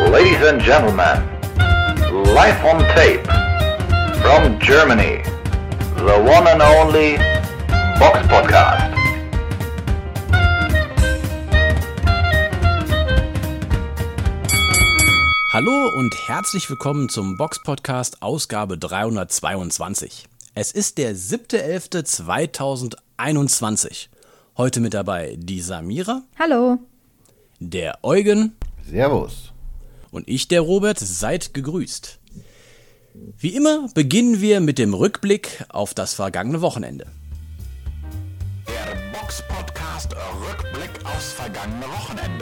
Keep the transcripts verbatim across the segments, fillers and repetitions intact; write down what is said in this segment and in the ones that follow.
Ladies and gentlemen, live on tape from Germany, the one and only Box Podcast. Hallo und herzlich willkommen zum Box Podcast Ausgabe dreihundertzweiundzwanzig. Es ist der siebter elfter zweitausendeinundzwanzig. Heute mit dabei die Samira. Hallo. Der Eugen. Servus. Und ich, der Robert. Seid gegrüßt. Wie immer beginnen wir mit dem Rückblick auf das vergangene Wochenende. Der Box Podcast Rückblick aufs vergangene Wochenende.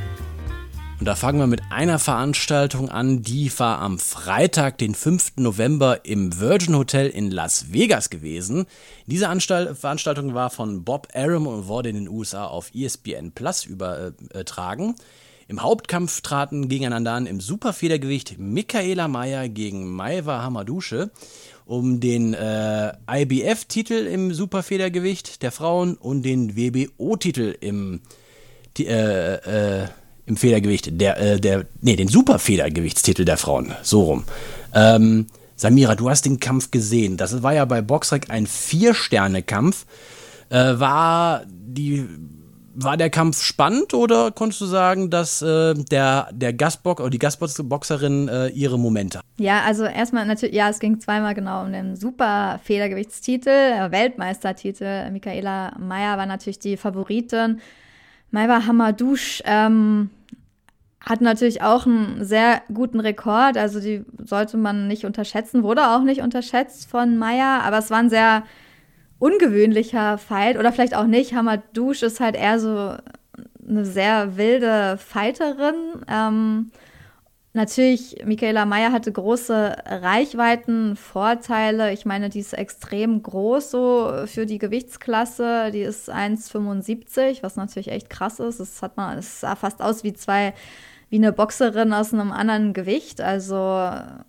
Und da fangen wir mit einer Veranstaltung an, die war am Freitag, den fünften November im Virgin Hotel in Las Vegas gewesen. Diese Anstalt- Veranstaltung war von Bob Arum und wurde in den U S A auf E S P N Plus übertragen. Im Hauptkampf traten gegeneinander an im Superfedergewicht Mikaela Mayer gegen Maïva Hamadouche um den äh, I B F-Titel im Superfedergewicht der Frauen und den W B O-Titel im die, äh, äh, im Federgewicht, der, äh, der, nee, den Superfedergewichtstitel der Frauen, so rum. Ähm, Samira, du hast den Kampf gesehen. Das war ja bei Boxrec ein Vier-Sterne-Kampf. Äh, war die, war der Kampf spannend oder konntest du sagen, dass äh, der, der Gastbox oder die Gastboxerin äh, ihre Momente hat? Ja, also erstmal natürlich, ja, es ging zweimal genau um den Superfedergewichtstitel, äh, Weltmeistertitel. Mikaela Mayer war natürlich die Favoritin. Maïva Hamadouche ähm, hat natürlich auch einen sehr guten Rekord, also die sollte man nicht unterschätzen, wurde auch nicht unterschätzt von Mayer, aber es war ein sehr ungewöhnlicher Fight oder vielleicht auch nicht. Hamadouche ist halt eher so eine sehr wilde Fighterin. Ähm, natürlich, Mikaela Mayer hatte große Reichweitenvorteile. Ich meine, die ist extrem groß so für die Gewichtsklasse. Die ist eins Komma fünfundsiebzig, was natürlich echt krass ist. Das hat man, es sah fast aus wie zwei, wie eine Boxerin aus einem anderen Gewicht. Also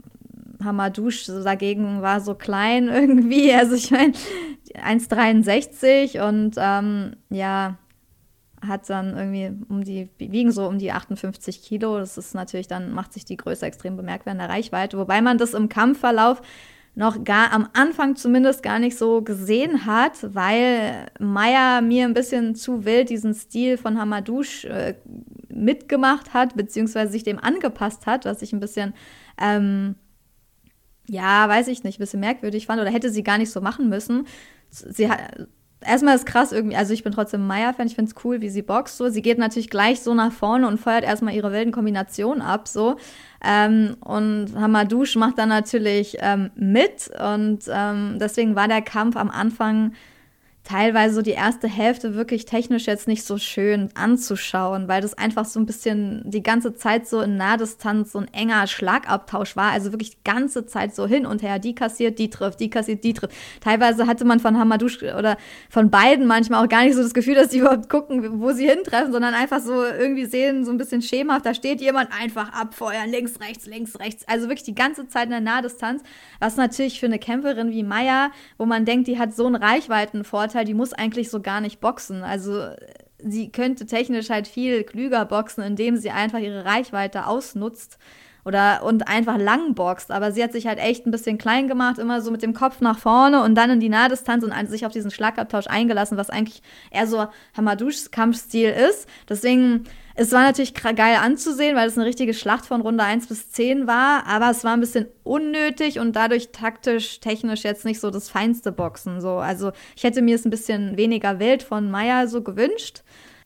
Hamadouche dagegen war so klein irgendwie. Also ich meine, eins Komma dreiundsechzig und ähm, ja, hat dann irgendwie um die, wiegen so um die achtundfünfzig Kilo. Das ist natürlich, dann macht sich die Größe extrem bemerkbar in der Reichweite. Wobei man das im Kampfverlauf noch gar, am Anfang zumindest gar nicht so gesehen hat, weil Mayer mir ein bisschen zu wild diesen Stil von Hamadouche äh, mitgemacht hat, beziehungsweise sich dem angepasst hat, was ich ein bisschen, ähm, ja, weiß ich nicht, ein bisschen merkwürdig fand oder hätte sie gar nicht so machen müssen. Sie hat Erstmal ist krass irgendwie, also ich bin trotzdem Mayer-Fan, ich finde es cool, wie sie boxt, so. Sie geht natürlich gleich so nach vorne und feuert erstmal ihre wilden Kombinationen ab, so. Ähm, und Hamadouche macht dann natürlich ähm, mit und ähm, deswegen war der Kampf am Anfang teilweise so die erste Hälfte wirklich technisch jetzt nicht so schön anzuschauen, weil das einfach so ein bisschen die ganze Zeit so in Nahdistanz so ein enger Schlagabtausch war, also wirklich die ganze Zeit so hin und her, die kassiert, die trifft, die kassiert, die trifft. Teilweise hatte man von Hamadouche oder von beiden manchmal auch gar nicht so das Gefühl, dass die überhaupt gucken, wo sie hintreffen, sondern einfach so irgendwie sehen, so ein bisschen schemenhaft, da steht jemand, einfach abfeuern, links, rechts, links, rechts, also wirklich die ganze Zeit in der Nahdistanz, was natürlich für eine Kämpferin wie Mayer, wo man denkt, die hat so einen Reichweitenvorteil, die muss eigentlich so gar nicht boxen. Also sie könnte technisch halt viel klüger boxen, indem sie einfach ihre Reichweite ausnutzt oder und einfach lang boxt. Aber sie hat sich halt echt ein bisschen klein gemacht, immer so mit dem Kopf nach vorne und dann in die Nahdistanz und sich auf diesen Schlagabtausch eingelassen, was eigentlich eher so Hamadouches Kampfstil ist. Deswegen, es war natürlich geil anzusehen, weil es eine richtige Schlacht von Runde eins bis zehn war, aber es war ein bisschen unnötig und dadurch taktisch, technisch jetzt nicht so das feinste Boxen. So. Also ich hätte mir es ein bisschen weniger wild von Mayer so gewünscht,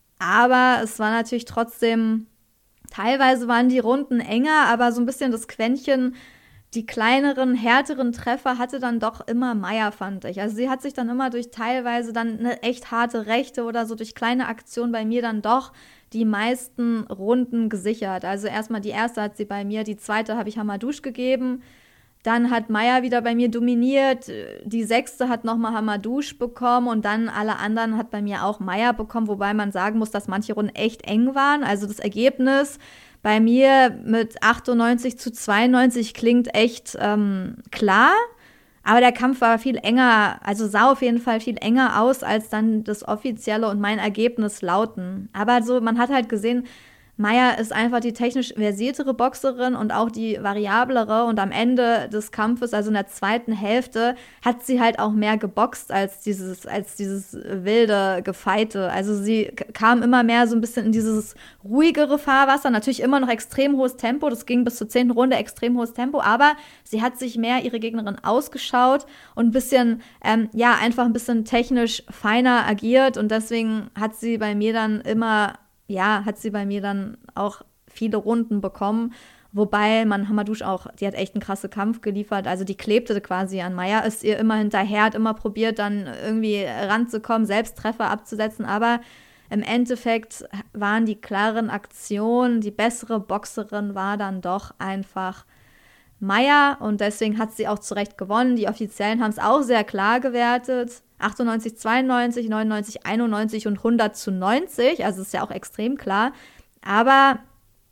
aber es war natürlich trotzdem, teilweise waren die Runden enger, aber so ein bisschen das Quäntchen, die kleineren, härteren Treffer hatte dann doch immer Mayer, fand ich. Also sie hat sich dann immer durch teilweise dann eine echt harte Rechte oder so durch kleine Aktionen bei mir dann doch die meisten Runden gesichert. Also erstmal die erste hat sie bei mir, die zweite habe ich Hamadouche gegeben. Dann hat Mayer wieder bei mir dominiert. Die sechste hat nochmal Hamadouche bekommen und dann alle anderen hat bei mir auch Mayer bekommen, wobei man sagen muss, dass manche Runden echt eng waren. Also das Ergebnis bei mir mit achtundneunzig zu zweiundneunzig klingt echt ähm, klar. Aber der Kampf war viel enger, also sah auf jeden Fall viel enger aus, als dann das Offizielle und mein Ergebnis lauten. Aber so, man hat halt gesehen, Maya ist einfach die technisch versiertere Boxerin und auch die variablere und am Ende des Kampfes, also in der zweiten Hälfte, hat sie halt auch mehr geboxt als dieses, als dieses wilde Gefeite. Also sie k- kam immer mehr so ein bisschen in dieses ruhigere Fahrwasser, natürlich immer noch extrem hohes Tempo, das ging bis zur zehnten Runde, extrem hohes Tempo, aber sie hat sich mehr ihre Gegnerin ausgeschaut und ein bisschen, ähm, ja, einfach ein bisschen technisch feiner agiert und deswegen hat sie bei mir dann immer ja, hat sie bei mir dann auch viele Runden bekommen. Wobei man Hamadouche auch, die hat echt einen krassen Kampf geliefert. Also die klebte quasi an Maya, ist ihr immer hinterher, hat immer probiert, dann irgendwie ranzukommen, selbst Treffer abzusetzen. Aber im Endeffekt waren die klaren Aktionen, die bessere Boxerin war dann doch einfach Maya. Und deswegen hat sie auch zu Recht gewonnen. Die Offiziellen haben es auch sehr klar gewertet. achtundneunzig, zweiundneunzig, neunundneunzig, einundneunzig und hundert zu neunzig, also ist ja auch extrem klar. Aber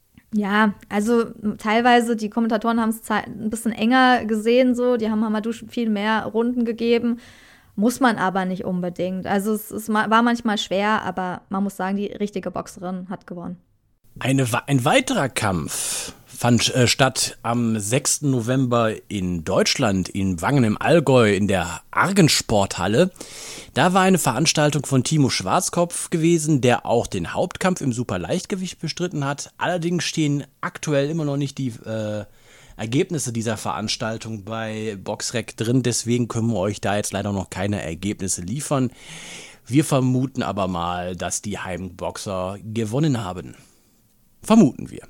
ja, also teilweise, die Kommentatoren haben es ein bisschen enger gesehen, so, die haben Hamadouche viel mehr Runden gegeben, muss man aber nicht unbedingt. Also es, es war manchmal schwer, aber man muss sagen, die richtige Boxerin hat gewonnen. Eine, ein weiterer Kampf fand äh, statt am sechsten November in Deutschland, in Wangen im Allgäu, in der Argensporthalle. Da war eine Veranstaltung von Timo Schwarzkopf gewesen, der auch den Hauptkampf im Superleichtgewicht bestritten hat. Allerdings stehen aktuell immer noch nicht die äh, Ergebnisse dieser Veranstaltung bei Boxrec drin. Deswegen können wir euch da jetzt leider noch keine Ergebnisse liefern. Wir vermuten aber mal, dass die Heimboxer gewonnen haben. Vermuten wir.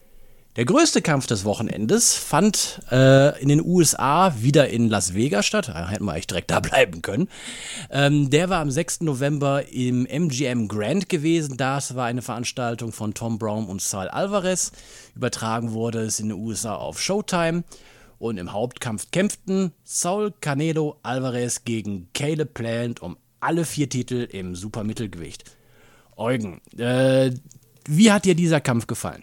Der größte Kampf des Wochenendes fand äh, in den U S A wieder in Las Vegas statt. Da hätten wir eigentlich direkt da bleiben können. Ähm, der war am sechsten November im M G M Grand gewesen. Das war eine Veranstaltung von Tom Brown und Saul Alvarez. Übertragen wurde es in den U S A auf Showtime. Und im Hauptkampf kämpften Saul Canelo Alvarez gegen Caleb Plant um alle vier Titel im Supermittelgewicht. Eugen, äh, wie hat dir dieser Kampf gefallen?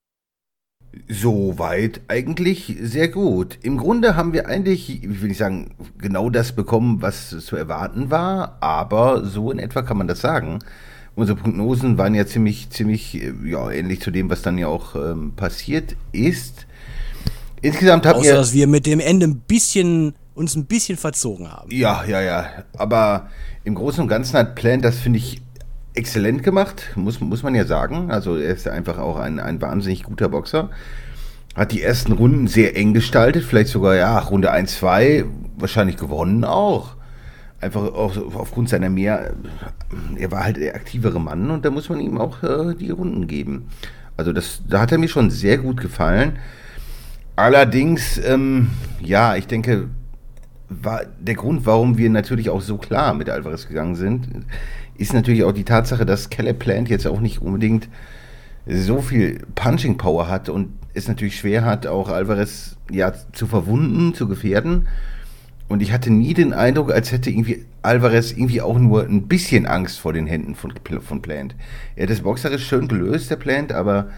Soweit eigentlich sehr gut. Im Grunde haben wir eigentlich, ich will nicht sagen, genau das bekommen, was zu erwarten war, aber so in etwa kann man das sagen. Unsere Prognosen waren ja ziemlich, ziemlich, ja, ähnlich zu dem, was dann ja auch ähm, passiert ist. Insgesamt haben wir... Außer, dass wir mit dem Ende ein bisschen, uns ein bisschen verzogen haben. Ja, ja, ja, aber im Großen und Ganzen hat Plant das, finde ich, exzellent gemacht, muss, muss man ja sagen. Also er ist einfach auch ein, ein wahnsinnig guter Boxer. Hat die ersten Runden sehr eng gestaltet, vielleicht sogar, ja, Runde eins, zwei wahrscheinlich gewonnen auch. Einfach auch aufgrund seiner mehr, er war halt der aktivere Mann und da muss man ihm auch äh, die Runden geben. Also das, da hat er mir schon sehr gut gefallen. Allerdings, ähm, ja, ich denke, war der Grund, warum wir natürlich auch so klar mit Alvarez gegangen sind, ist natürlich auch die Tatsache, dass Caleb Plant jetzt auch nicht unbedingt so viel Punching Power hat und es natürlich schwer hat, auch Alvarez ja zu verwunden, zu gefährden. Und ich hatte nie den Eindruck, als hätte irgendwie Alvarez irgendwie auch nur ein bisschen Angst vor den Händen von, von Plant. Er hat das boxerisch schön gelöst, der Plant, aber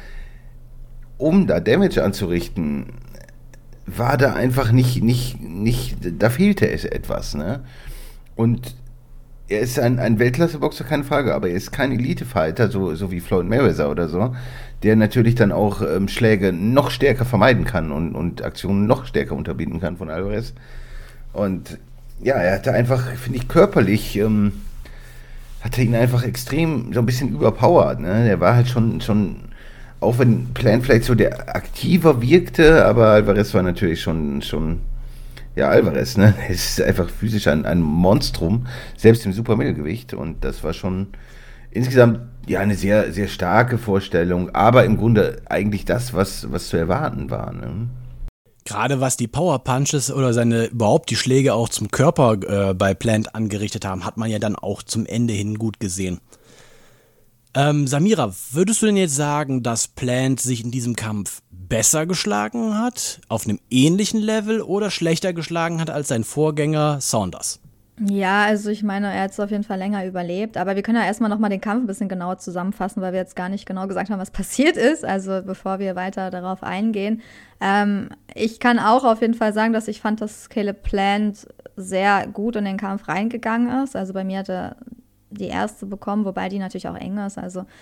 um da Damage anzurichten, war da einfach nicht, nicht, nicht, da fehlte es etwas, ne? Und er ist ein, ein Weltklasse-Boxer, keine Frage, aber er ist kein Elite-Fighter, so, so wie Floyd Mayweather oder so, der natürlich dann auch ähm, Schläge noch stärker vermeiden kann und, und Aktionen noch stärker unterbieten kann von Alvarez. Und ja, er hatte einfach, finde ich, körperlich, ähm, hatte ihn einfach extrem so ein bisschen überpowered, ne? Der war halt schon, schon, auch wenn Plant vielleicht so der aktiver wirkte, aber Alvarez war natürlich schon, schon, ja, Alvarez, ne? Er ist einfach physisch ein, ein Monstrum, selbst im Supermittelgewicht. Und das war schon insgesamt ja eine sehr, sehr starke Vorstellung, aber im Grunde eigentlich das, was, was zu erwarten war, ne? Gerade was die Power Punches oder seine überhaupt die Schläge auch zum Körper äh, bei Plant angerichtet haben, hat man ja dann auch zum Ende hin gut gesehen. Ähm, Samira, würdest du denn jetzt sagen, dass Plant sich in diesem Kampf besser geschlagen hat, auf einem ähnlichen Level oder schlechter geschlagen hat als sein Vorgänger Saunders? Ja, also ich meine, er hat es auf jeden Fall länger überlebt, aber wir können ja erstmal nochmal den Kampf ein bisschen genauer zusammenfassen, weil wir jetzt gar nicht genau gesagt haben, was passiert ist, also bevor wir weiter darauf eingehen. Ähm, ich kann auch auf jeden Fall sagen, dass ich fand, dass Caleb Plant sehr gut in den Kampf reingegangen ist, also bei mir hat er die erste bekommen, wobei die natürlich auch eng ist, also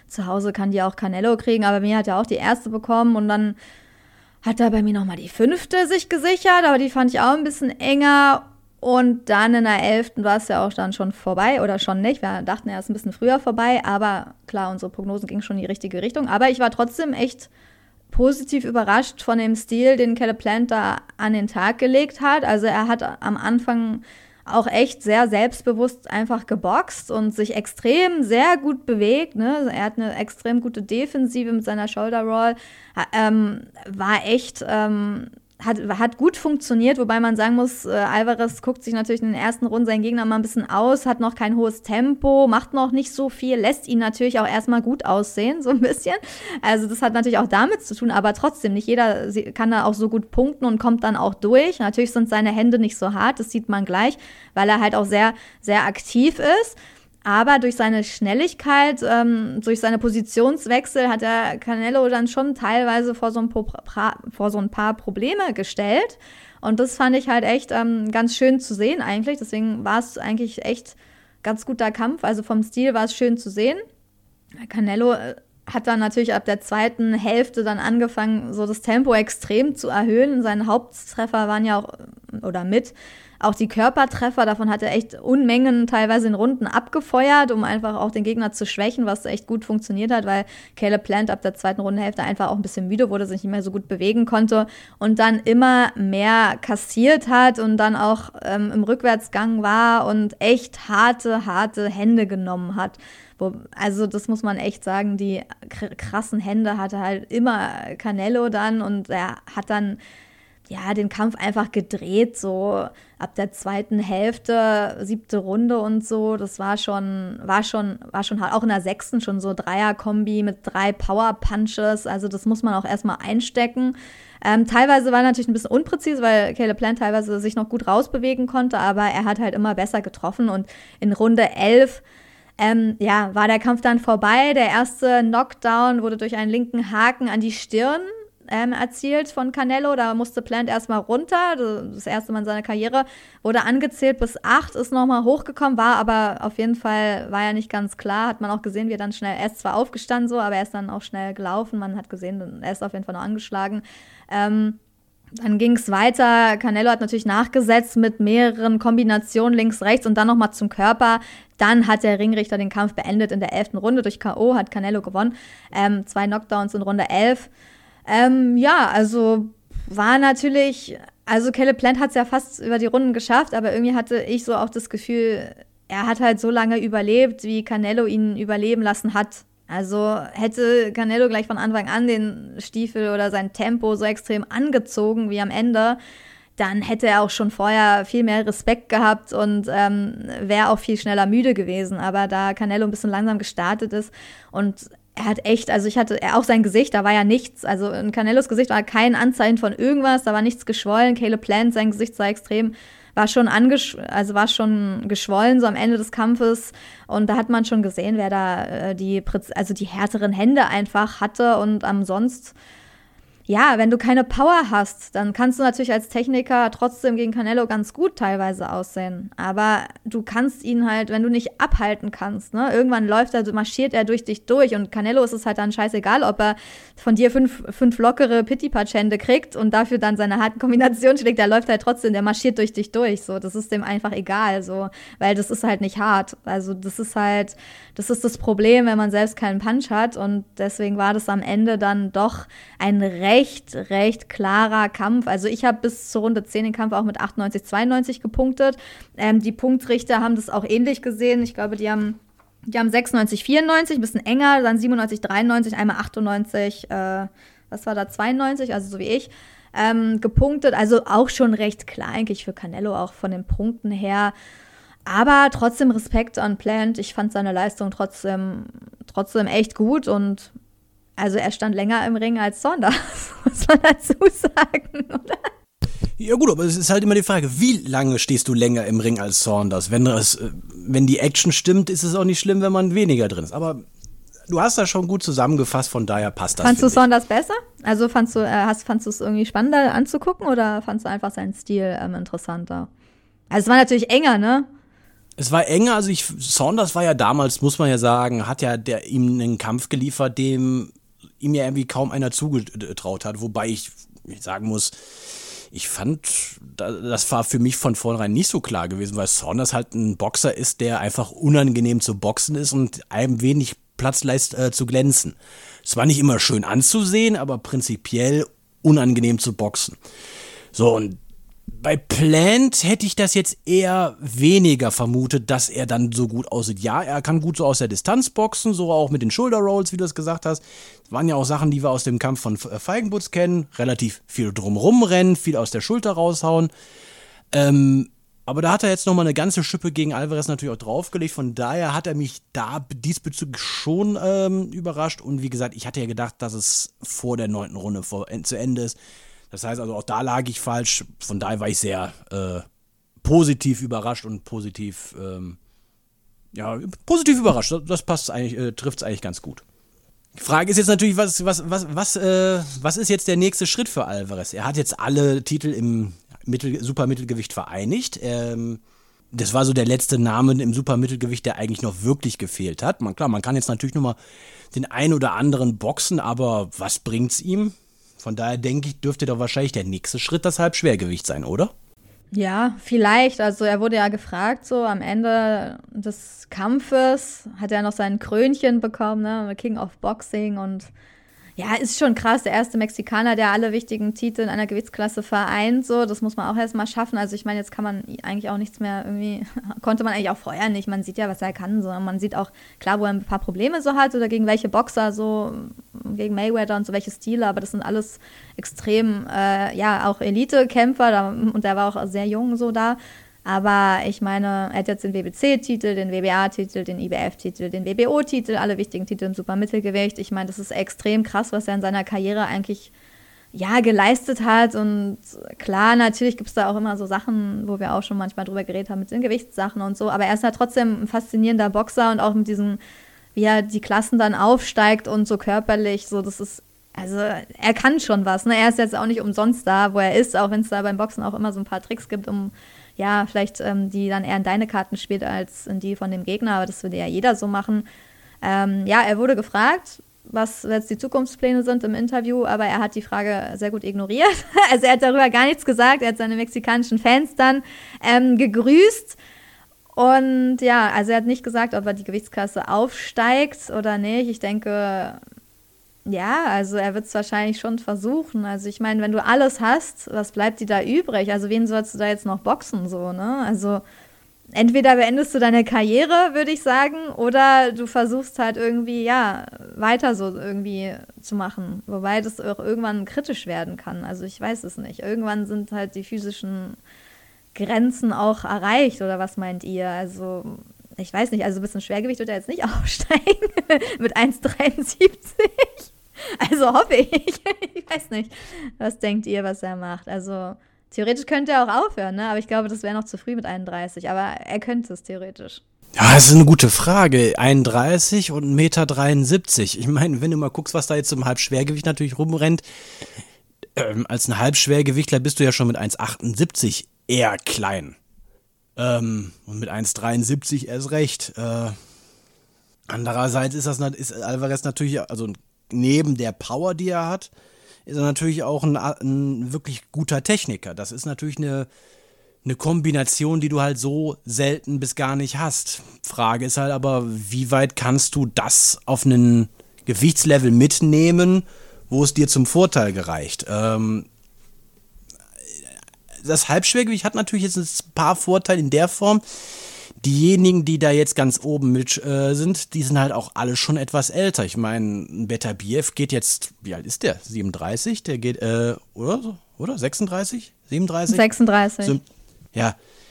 zu Hause kann die auch Canelo kriegen, aber mir hat er auch die erste bekommen und dann hat er bei mir nochmal die fünfte sich gesichert, aber die fand ich auch ein bisschen enger. Und dann in der elften war es ja auch dann schon vorbei oder schon nicht. Wir dachten, er ist ein bisschen früher vorbei, aber klar, unsere Prognosen gingen schon in die richtige Richtung. Aber ich war trotzdem echt positiv überrascht von dem Stil, den Caleb Plant da an den Tag gelegt hat. Also er hat am Anfang auch echt sehr selbstbewusst einfach geboxt und sich extrem sehr gut bewegt. Ne? Er hat eine extrem gute Defensive mit seiner Shoulder Roll. Ähm, war echt... Ähm, Hat, hat gut funktioniert, wobei man sagen muss, äh, Alvarez guckt sich natürlich in den ersten Runden seinen Gegner mal ein bisschen aus, hat noch kein hohes Tempo, macht noch nicht so viel, lässt ihn natürlich auch erstmal gut aussehen, so ein bisschen. Also das hat natürlich auch damit zu tun, aber trotzdem, nicht jeder kann da auch so gut punkten und kommt dann auch durch. Natürlich sind seine Hände nicht so hart, das sieht man gleich, weil er halt auch sehr, sehr aktiv ist. Aber durch seine Schnelligkeit, ähm, durch seine Positionswechsel hat er Canelo dann schon teilweise vor so ein, po- pra- vor so ein paar Probleme gestellt. Und das fand ich halt echt ähm, ganz schön zu sehen eigentlich. Deswegen war es eigentlich echt ganz guter Kampf. Also vom Stil war es schön zu sehen. Canelo äh, hat dann natürlich ab der zweiten Hälfte dann angefangen, so das Tempo extrem zu erhöhen. Seine Haupttreffer waren ja auch, oder mit, auch die Körpertreffer, davon hat er echt Unmengen teilweise in Runden abgefeuert, um einfach auch den Gegner zu schwächen, was echt gut funktioniert hat, weil Caleb Plant ab der zweiten Rundenhälfte einfach auch ein bisschen müde wurde, sich nicht mehr so gut bewegen konnte und dann immer mehr kassiert hat und dann auch ähm, im Rückwärtsgang war und echt harte, harte Hände genommen hat. Wo, also das muss man echt sagen, die krassen Hände hatte halt immer Canelo dann und er hat dann ja, den Kampf einfach gedreht, so ab der zweiten Hälfte, siebte Runde und so. Das war schon, war schon, war schon hart. Auch in der sechsten schon so Dreier-Kombi mit drei Power-Punches. Also das muss man auch erstmal einstecken. Ähm, teilweise war natürlich ein bisschen unpräzise, weil Caleb Plant teilweise sich noch gut rausbewegen konnte, aber er hat halt immer besser getroffen. Und in Runde elf ähm, ja, war der Kampf dann vorbei. Der erste Knockdown wurde durch einen linken Haken an die Stirn Ähm, erzielt von Canelo, da musste Plant erstmal runter, das erste Mal in seiner Karriere, wurde angezählt bis acht, ist nochmal hochgekommen, war aber auf jeden Fall, war ja nicht ganz klar, hat man auch gesehen, wie er dann schnell, er ist zwar aufgestanden so, aber er ist dann auch schnell gelaufen, man hat gesehen, er ist auf jeden Fall noch angeschlagen. Ähm, dann ging es weiter, Canelo hat natürlich nachgesetzt mit mehreren Kombinationen links, rechts und dann nochmal zum Körper. Dann hat der Ringrichter den Kampf beendet in der elften Runde, durch K O hat Canelo gewonnen, ähm, zwei Knockdowns in Runde elf. Ähm, ja, also war natürlich, also Caleb Plant hat es ja fast über die Runden geschafft, aber irgendwie hatte ich so auch das Gefühl, er hat halt so lange überlebt, wie Canelo ihn überleben lassen hat. Also hätte Canelo gleich von Anfang an den Stiefel oder sein Tempo so extrem angezogen wie am Ende, dann hätte er auch schon vorher viel mehr Respekt gehabt und ähm, wäre auch viel schneller müde gewesen. Aber da Canelo ein bisschen langsam gestartet ist und er hat echt, also ich hatte, auch sein Gesicht, da war ja nichts, also in Canelos Gesicht war kein Anzeichen von irgendwas, da war nichts geschwollen. Caleb Plant, sein Gesicht sah extrem, war schon angesch- also war schon geschwollen, so am Ende des Kampfes und da hat man schon gesehen, wer da äh, die, also die härteren Hände einfach hatte und ansonsten, ja, wenn du keine Power hast, dann kannst du natürlich als Techniker trotzdem gegen Canelo ganz gut teilweise aussehen. Aber du kannst ihn halt, wenn du nicht abhalten kannst, ne, irgendwann läuft er, marschiert er durch dich durch und Canelo ist es halt dann scheißegal, ob er von dir fünf, fünf lockere Pitti-Patsch-Hände kriegt und dafür dann seine harten Kombinationen schlägt, der läuft halt trotzdem, der marschiert durch dich durch, so, das ist dem einfach egal, so, weil das ist halt nicht hart. Also das ist halt, das ist das Problem, wenn man selbst keinen Punch hat und deswegen war das am Ende dann doch ein recht Recht, recht klarer Kampf. Also ich habe bis zur Runde zehn den Kampf auch mit achtundneunzig zweiundneunzig gepunktet. Ähm, die Punktrichter haben das auch ähnlich gesehen. Ich glaube, die haben, die haben sechsundneunzig vierundneunzig, ein bisschen enger, dann siebenundneunzig dreiundneunzig, einmal achtundneunzig, äh, was war da, zweiundneunzig, also so wie ich, ähm, gepunktet. Also auch schon recht klar eigentlich für Canelo, auch von den Punkten her. Aber trotzdem Respekt an Plant. Ich fand seine Leistung trotzdem, trotzdem echt gut und also er stand länger im Ring als Saunders, muss man dazu sagen, oder? Ja gut, aber es ist halt immer die Frage, wie lange stehst du länger im Ring als Saunders? Wenn, das, wenn die Action stimmt, ist es auch nicht schlimm, wenn man weniger drin ist. Aber du hast das schon gut zusammengefasst, von daher passt das. Fandst du Saunders besser? Also fandst du, äh, hast, fandst du es irgendwie spannender anzugucken oder fandst du einfach seinen Stil ähm, interessanter? Also es war natürlich enger, ne? Es war enger, also ich, Saunders war ja damals, muss man ja sagen, hat ja der, ihm einen Kampf geliefert, dem ihm ja irgendwie kaum einer zugetraut hat, wobei ich, ich sagen muss, ich fand, das war für mich von vornherein nicht so klar gewesen, weil Saunders halt ein Boxer ist, der einfach unangenehm zu boxen ist und einem wenig Platz lässt äh, zu glänzen. Es war nicht immer schön anzusehen, aber prinzipiell unangenehm zu boxen. So, und bei Plant hätte ich das jetzt eher weniger vermutet, dass er dann so gut aussieht. Ja, er kann gut so aus der Distanz boxen, so auch mit den Shoulder Rolls, wie du es gesagt hast. Das waren ja auch Sachen, die wir aus dem Kampf von Feigenbutz kennen. Relativ viel drumrum rennen, viel aus der Schulter raushauen. Ähm, aber da hat er jetzt nochmal eine ganze Schippe gegen Alvarez natürlich auch draufgelegt. Von daher hat er mich da diesbezüglich schon ähm, überrascht. Und wie gesagt, ich hatte ja gedacht, dass es vor der neunten Runde vor, zu Ende ist. Das heißt also, auch da lag ich falsch. Von daher war ich sehr äh, positiv überrascht und positiv, ähm, ja, positiv überrascht. Das, das passt eigentlich, äh, trifft es eigentlich ganz gut. Die Frage ist jetzt natürlich, was, was, was, was, äh, was ist jetzt der nächste Schritt für Alvarez? Er hat jetzt alle Titel im Mittel, Supermittelgewicht vereinigt. Ähm, das war so der letzte Name im Supermittelgewicht, der eigentlich noch wirklich gefehlt hat. Man, klar, man kann jetzt natürlich nochmal den einen oder anderen boxen, aber was bringt's ihm? Von daher denke ich, dürfte doch wahrscheinlich der nächste Schritt das Halbschwergewicht sein, oder? Ja, vielleicht. Also er wurde ja gefragt, so am Ende des Kampfes hat er noch sein Krönchen bekommen, ne? King of Boxing, und ja, ist schon krass, der erste Mexikaner, der alle wichtigen Titel in einer Gewichtsklasse vereint, so, das muss man auch erstmal schaffen. Also ich meine, jetzt kann man eigentlich auch nichts mehr irgendwie, konnte man eigentlich auch vorher nicht, man sieht ja, was er kann, so, man sieht auch, klar, wo er ein paar Probleme so hat oder gegen welche Boxer, so, gegen Mayweather und so, welche Stile, aber das sind alles extrem, äh, ja, auch Elite-Kämpfer, da, und der war auch sehr jung so da. Aber ich meine, er hat jetzt den W B C-Titel, den W B A-Titel, den I B F-Titel, den W B O-Titel, alle wichtigen Titel im Supermittelgewicht. Ich meine, das ist extrem krass, was er in seiner Karriere eigentlich ja, geleistet hat. Und klar, natürlich gibt es da auch immer so Sachen, wo wir auch schon manchmal drüber geredet haben mit den Gewichtssachen und so. Aber er ist halt trotzdem ein faszinierender Boxer und auch mit diesen, wie er die Klassen dann aufsteigt und so körperlich, so, das ist, also er kann schon was, ne? Er ist jetzt auch nicht umsonst da, wo er ist, auch wenn es da beim Boxen auch immer so ein paar Tricks gibt, um ja, vielleicht ähm, die dann eher in deine Karten spielt als in die von dem Gegner, aber das würde ja jeder so machen. Ähm, ja, er wurde gefragt, was jetzt die Zukunftspläne sind im Interview, aber er hat die Frage sehr gut ignoriert. Also er hat darüber gar nichts gesagt, er hat seine mexikanischen Fans dann ähm, gegrüßt und ja, also er hat nicht gesagt, ob er die Gewichtsklasse aufsteigt oder nicht. Ich denke, ja, also er wird es wahrscheinlich schon versuchen. Also ich meine, wenn du alles hast, was bleibt dir da übrig? Also wen sollst du da jetzt noch boxen, so, ne? Also entweder beendest du deine Karriere, würde ich sagen, oder du versuchst halt irgendwie, ja, weiter so irgendwie zu machen. Wobei das auch irgendwann kritisch werden kann. Also ich weiß es nicht. Irgendwann sind halt die physischen Grenzen auch erreicht, oder was meint ihr? Also ich weiß nicht, also ein bisschen Schwergewicht wird er jetzt nicht aufsteigen mit eins Komma dreiundsiebzig. Also hoffe ich. Ich weiß nicht. Was denkt ihr, was er macht? Also theoretisch könnte er auch aufhören, ne? Aber ich glaube, das wäre noch zu früh mit einunddreißig. Aber er könnte es theoretisch. Ja, das ist eine gute Frage. einunddreißig und eins Komma dreiundsiebzig Meter. Ich meine, wenn du mal guckst, was da jetzt im Halbschwergewicht natürlich rumrennt, ähm, als ein Halbschwergewichtler bist du ja schon mit eins Komma achtundsiebzig eher klein. Ähm, und mit eins Komma dreiundsiebzig erst recht. Äh, andererseits ist das ist Alvarez natürlich, also neben der Power, die er hat, ist er natürlich auch ein, ein wirklich guter Techniker. Das ist natürlich eine, eine Kombination, die du halt so selten bis gar nicht hast. Frage ist halt aber, wie weit kannst du das auf einen Gewichtslevel mitnehmen, wo es dir zum Vorteil gereicht? Ähm, das Halbschwergewicht hat natürlich jetzt ein paar Vorteile in der Form. Diejenigen, die da jetzt ganz oben mit äh, sind, die sind halt auch alle schon etwas älter. Ich meine, Beterbiev geht jetzt, wie alt ist der? siebenunddreißig? Der geht, äh, oder so? Oder? sechsunddreißig? siebenunddreißig? sechsunddreißig. So, ja.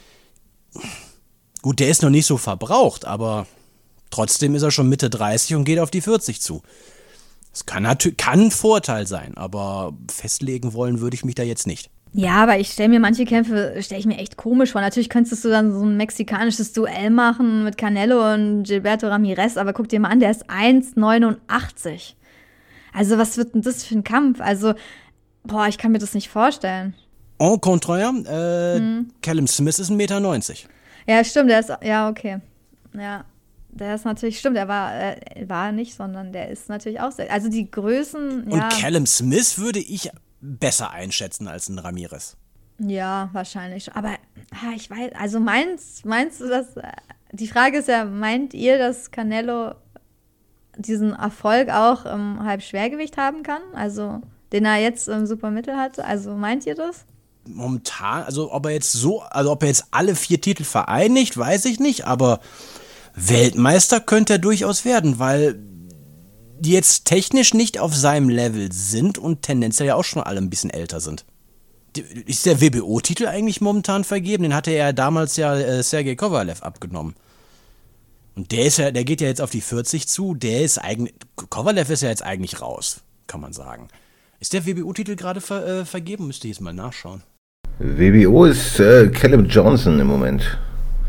Gut, der ist noch nicht so verbraucht, aber trotzdem ist er schon Mitte dreißig und geht auf die vierzig zu. Das kann natürlich, kann ein Vorteil sein, aber festlegen wollen würde ich mich da jetzt nicht. Ja, aber ich stelle mir manche Kämpfe, stelle ich mir echt komisch vor. Natürlich könntest du dann so ein mexikanisches Duell machen mit Canelo und Gilberto Ramirez, aber guck dir mal an, der ist eins Komma neunundachtzig. Also was wird denn das für ein Kampf? Also, boah, ich kann mir das nicht vorstellen. En contraire, äh, hm. Callum Smith ist eins Komma neunzig Meter. Ja, stimmt, der ist, ja, okay. Ja, der ist natürlich, stimmt, er war, äh, war nicht, sondern der ist natürlich auch sehr, also die Größen, ja. Und Callum Smith würde ich besser einschätzen als ein Ramirez. Ja, wahrscheinlich. Aber ah, ich weiß, also meinst, meinst du, dass, die Frage ist ja, meint ihr, dass Canelo diesen Erfolg auch im Halbschwergewicht haben kann? Also, den er jetzt im Supermittel hatte? Also, meint ihr das? Momentan, also ob er jetzt so, also ob er jetzt alle vier Titel vereinigt, weiß ich nicht, aber Weltmeister könnte er durchaus werden, weil die jetzt technisch nicht auf seinem Level sind und tendenziell ja auch schon alle ein bisschen älter sind. Ist der W B O-Titel eigentlich momentan vergeben? Den hatte er damals ja äh, Sergei Kovalev abgenommen. Und der ist ja, der geht ja jetzt auf die vierzig zu, der ist eigentlich, Kovalev ist ja jetzt eigentlich raus, kann man sagen. Ist der W B O-Titel gerade ver, äh, vergeben? Müsste ich jetzt mal nachschauen. W B O ist äh, Caleb Johnson im Moment.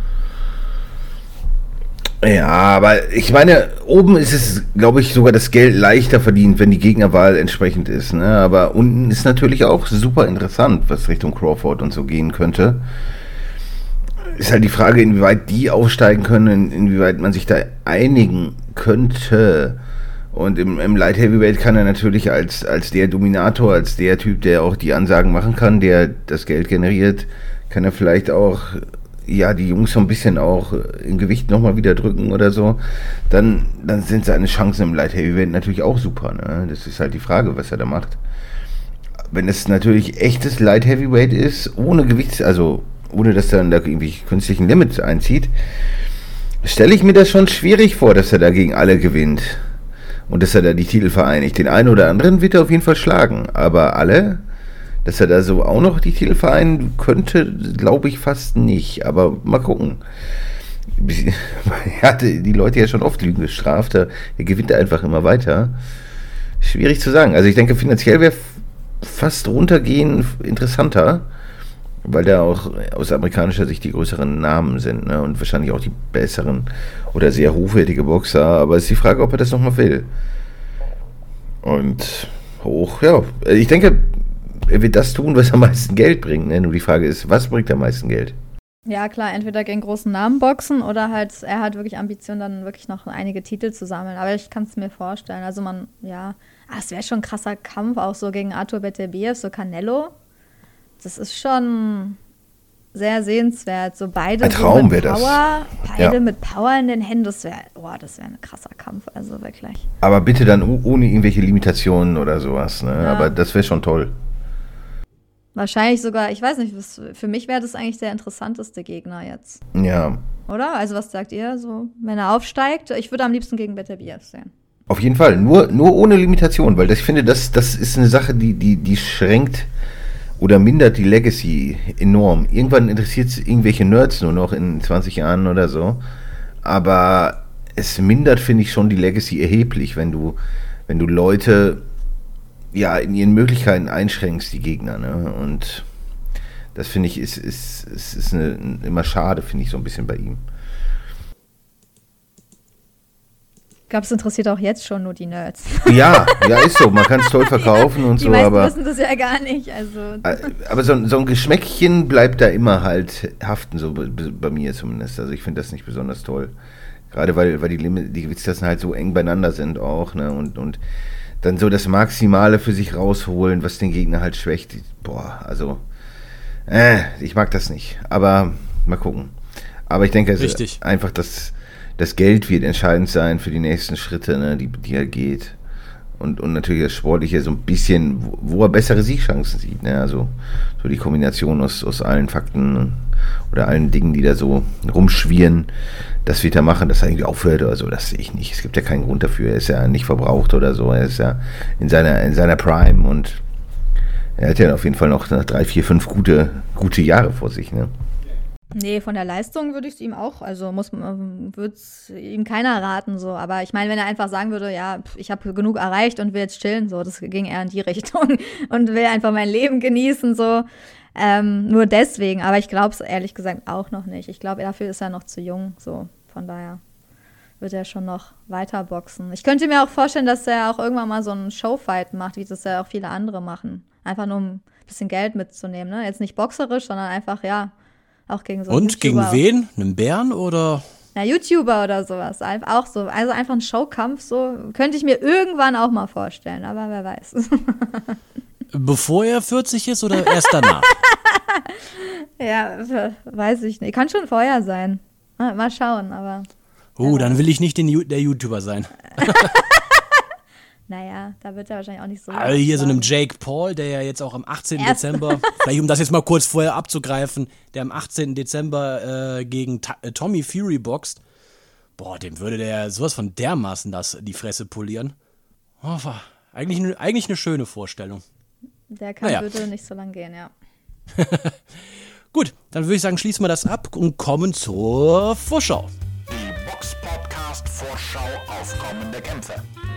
Ja, aber ich meine, oben ist es, glaube ich, sogar das Geld leichter verdient, wenn die Gegnerwahl entsprechend ist. Ne? Aber unten ist natürlich auch super interessant, was Richtung Crawford und so gehen könnte. Ist halt die Frage, inwieweit die aufsteigen können, inwieweit man sich da einigen könnte. Und im, im Light Heavyweight kann er natürlich als, als der Dominator, als der Typ, der auch die Ansagen machen kann, der das Geld generiert, kann er vielleicht auch ja, die Jungs so ein bisschen auch im Gewicht nochmal wieder drücken oder so, dann, dann sind seine Chancen im Light Heavyweight natürlich auch super. Ne? Das ist halt die Frage, was er da macht. Wenn es natürlich echtes Light Heavyweight ist, ohne Gewichts, also ohne dass er dann da irgendwie künstlichen Limits einzieht, stelle ich mir das schon schwierig vor, dass er da gegen alle gewinnt und dass er da die Titel vereinigt. Den einen oder anderen wird er auf jeden Fall schlagen, aber alle, dass er da so auch noch die Titel vereinen könnte, glaube ich fast nicht. Aber mal gucken. Er hatte die Leute ja schon oft Lügen gestraft. Er gewinnt einfach immer weiter. Schwierig zu sagen. Also ich denke, finanziell wäre fast runtergehen interessanter, weil da auch aus amerikanischer Sicht die größeren Namen sind, ne? Und wahrscheinlich auch die besseren oder sehr hochwertige Boxer. Aber es ist die Frage, ob er das nochmal will. Und hoch, ja. Ich denke, er wird das tun, was am meisten Geld bringt. Ne? Nur die Frage ist, was bringt am meisten Geld? Ja, klar, entweder gegen großen Namen boxen oder halt, er hat wirklich Ambitionen, dann wirklich noch einige Titel zu sammeln. Aber ich kann es mir vorstellen. Also man, ja, ah, es wäre schon ein krasser Kampf, auch so gegen Artur Beterbiev, so Canelo. Das ist schon sehr sehenswert. So beide ein Traum so mit wäre Power, das. beide Ja. mit Power in den Händen, das wäre, oh, das wäre ein krasser Kampf, also wirklich. Aber bitte dann ohne irgendwelche Limitationen oder sowas. Ne? Ja. Aber das wäre schon toll. Wahrscheinlich sogar, ich weiß nicht, was, für mich wäre das eigentlich der interessanteste Gegner jetzt. Ja. Oder? Also was sagt ihr, so, wenn er aufsteigt? Ich würde am liebsten gegen Beterbiev sehen. Auf jeden Fall, nur, nur ohne Limitation, weil das, ich finde, das, das ist eine Sache, die, die, die schränkt oder mindert die Legacy enorm. Irgendwann interessiert es irgendwelche Nerds nur noch in zwanzig Jahren oder so. Aber es mindert, finde ich, schon die Legacy erheblich, wenn du, wenn du Leute ja in ihren Möglichkeiten einschränkst, die Gegner. Ne? Und das finde ich, ist, ist, ist, ist eine, immer schade, finde ich, so ein bisschen bei ihm. Ich glaube, es interessiert auch jetzt schon nur die Nerds. Ja, ja, ist so. Man kann es toll verkaufen und die so, meisten aber. wissen das ja gar nicht. Also. Aber so, so ein Geschmäckchen bleibt da immer halt haften, so bei, bei mir zumindest. Also ich finde das nicht besonders toll. Gerade weil, weil die, Lim- die Gewichtstassen halt so eng beieinander sind auch, ne? Und, und dann so das Maximale für sich rausholen, was den Gegner halt schwächt. Boah, also. Äh, ich mag das nicht. Aber mal gucken. Aber ich denke, es Richtig. ist einfach das. Das Geld wird entscheidend sein für die nächsten Schritte, ne, die, die er geht. Und, und natürlich das Sportliche so ein bisschen, wo, wo er bessere Siegchancen sieht. Ne? Also so die Kombination aus, aus allen Fakten oder allen Dingen, die da so rumschwirren, das wird er machen, dass er irgendwie aufhört oder so, das sehe ich nicht. Es gibt ja keinen Grund dafür. Er ist ja nicht verbraucht oder so. Er ist ja in seiner, in seiner Prime und er hat ja auf jeden Fall noch drei, vier, fünf gute, gute Jahre vor sich. Ne? Nee, von der Leistung würde ich es ihm auch, also muss würde es ihm keiner raten, so. Aber ich meine, wenn er einfach sagen würde, ja, ich habe genug erreicht und will jetzt chillen, so, das ging eher in die Richtung und will einfach mein Leben genießen, so. Ähm, nur deswegen, aber ich glaube es ehrlich gesagt auch noch nicht. Ich glaube, dafür ist er noch zu jung, so. Von daher wird er schon noch weiter boxen. Ich könnte mir auch vorstellen, dass er auch irgendwann mal so einen Showfight macht, wie das ja auch viele andere machen. Einfach nur um ein bisschen Geld mitzunehmen, ne? Jetzt nicht boxerisch, sondern einfach, ja, Auch gegen so einen Und gegen YouTuber. wen? Einen Bären oder? Na, YouTuber oder sowas. Ein- Auch so. Also einfach ein Showkampf, so könnte ich mir irgendwann auch mal vorstellen, aber wer weiß. Bevor er vierzig ist oder erst danach? Ja, w- weiß ich nicht. Kann schon vorher sein. Mal, mal schauen, aber Oh, dann will ich nicht den, Ju- der YouTuber sein. naja, da wird er wahrscheinlich auch nicht so. Aber hier so einem aufschlagen. Jake Paul, der ja jetzt auch am achtzehnten Erst- Dezember, vielleicht um das jetzt mal kurz vorher abzugreifen, der am achtzehnten Dezember äh, gegen Ta äh, Tommy Fury boxt. Boah, dem würde der sowas von dermaßen das, die Fresse polieren. Oh, war eigentlich, ne- eigentlich eine schöne Vorstellung. Der kann Naja. bitte nicht so lang gehen, ja. Gut, dann würde ich sagen, schließen wir das ab und kommen zur Vorschau. Die Box-Podcast-Vorschau auf kommende Kämpfe.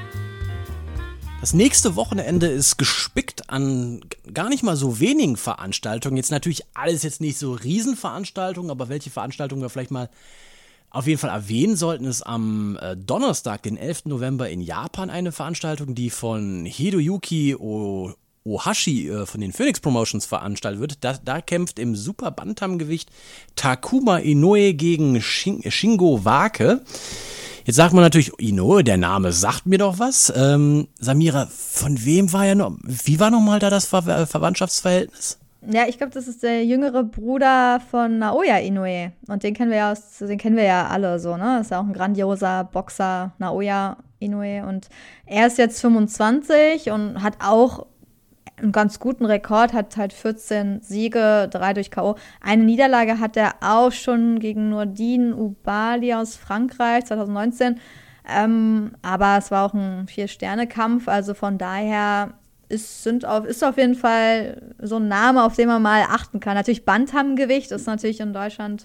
Das nächste Wochenende ist gespickt an g- gar nicht mal so wenigen Veranstaltungen. Jetzt natürlich alles jetzt nicht so Riesenveranstaltungen, aber welche Veranstaltungen wir vielleicht mal auf jeden Fall erwähnen sollten, ist am äh, Donnerstag, den elften November in Japan eine Veranstaltung, die von Hiroyuki o Ohashi äh, von den Phoenix Promotions veranstaltet wird. Da, da kämpft im Super Bantamgewicht Takuma Inoue gegen Shin Shingo Wake. Jetzt sagt man natürlich, Inoue, der Name sagt mir doch was. Ähm, Samira, von wem war ja noch, wie war nochmal da das Ver Verwandtschaftsverhältnis? Ja, ich glaube, das ist der jüngere Bruder von Naoya Inoue. Und den kennen wir ja aus, den kennen wir ja alle so, ne? Ist ja auch ein grandioser Boxer, Naoya Inoue. Und er ist jetzt fünfundzwanzig und hat auch einen ganz guten Rekord, hat halt vierzehn Siege, drei durch K O. Eine Niederlage hat er auch schon gegen Nordin Ubali aus Frankreich zwanzig neunzehn. Ähm, aber es war auch ein Vier-Sterne-Kampf, also von daher ist, sind auf, ist auf jeden Fall so ein Name, auf den man mal achten kann. Natürlich Bantamgewicht ist natürlich in Deutschland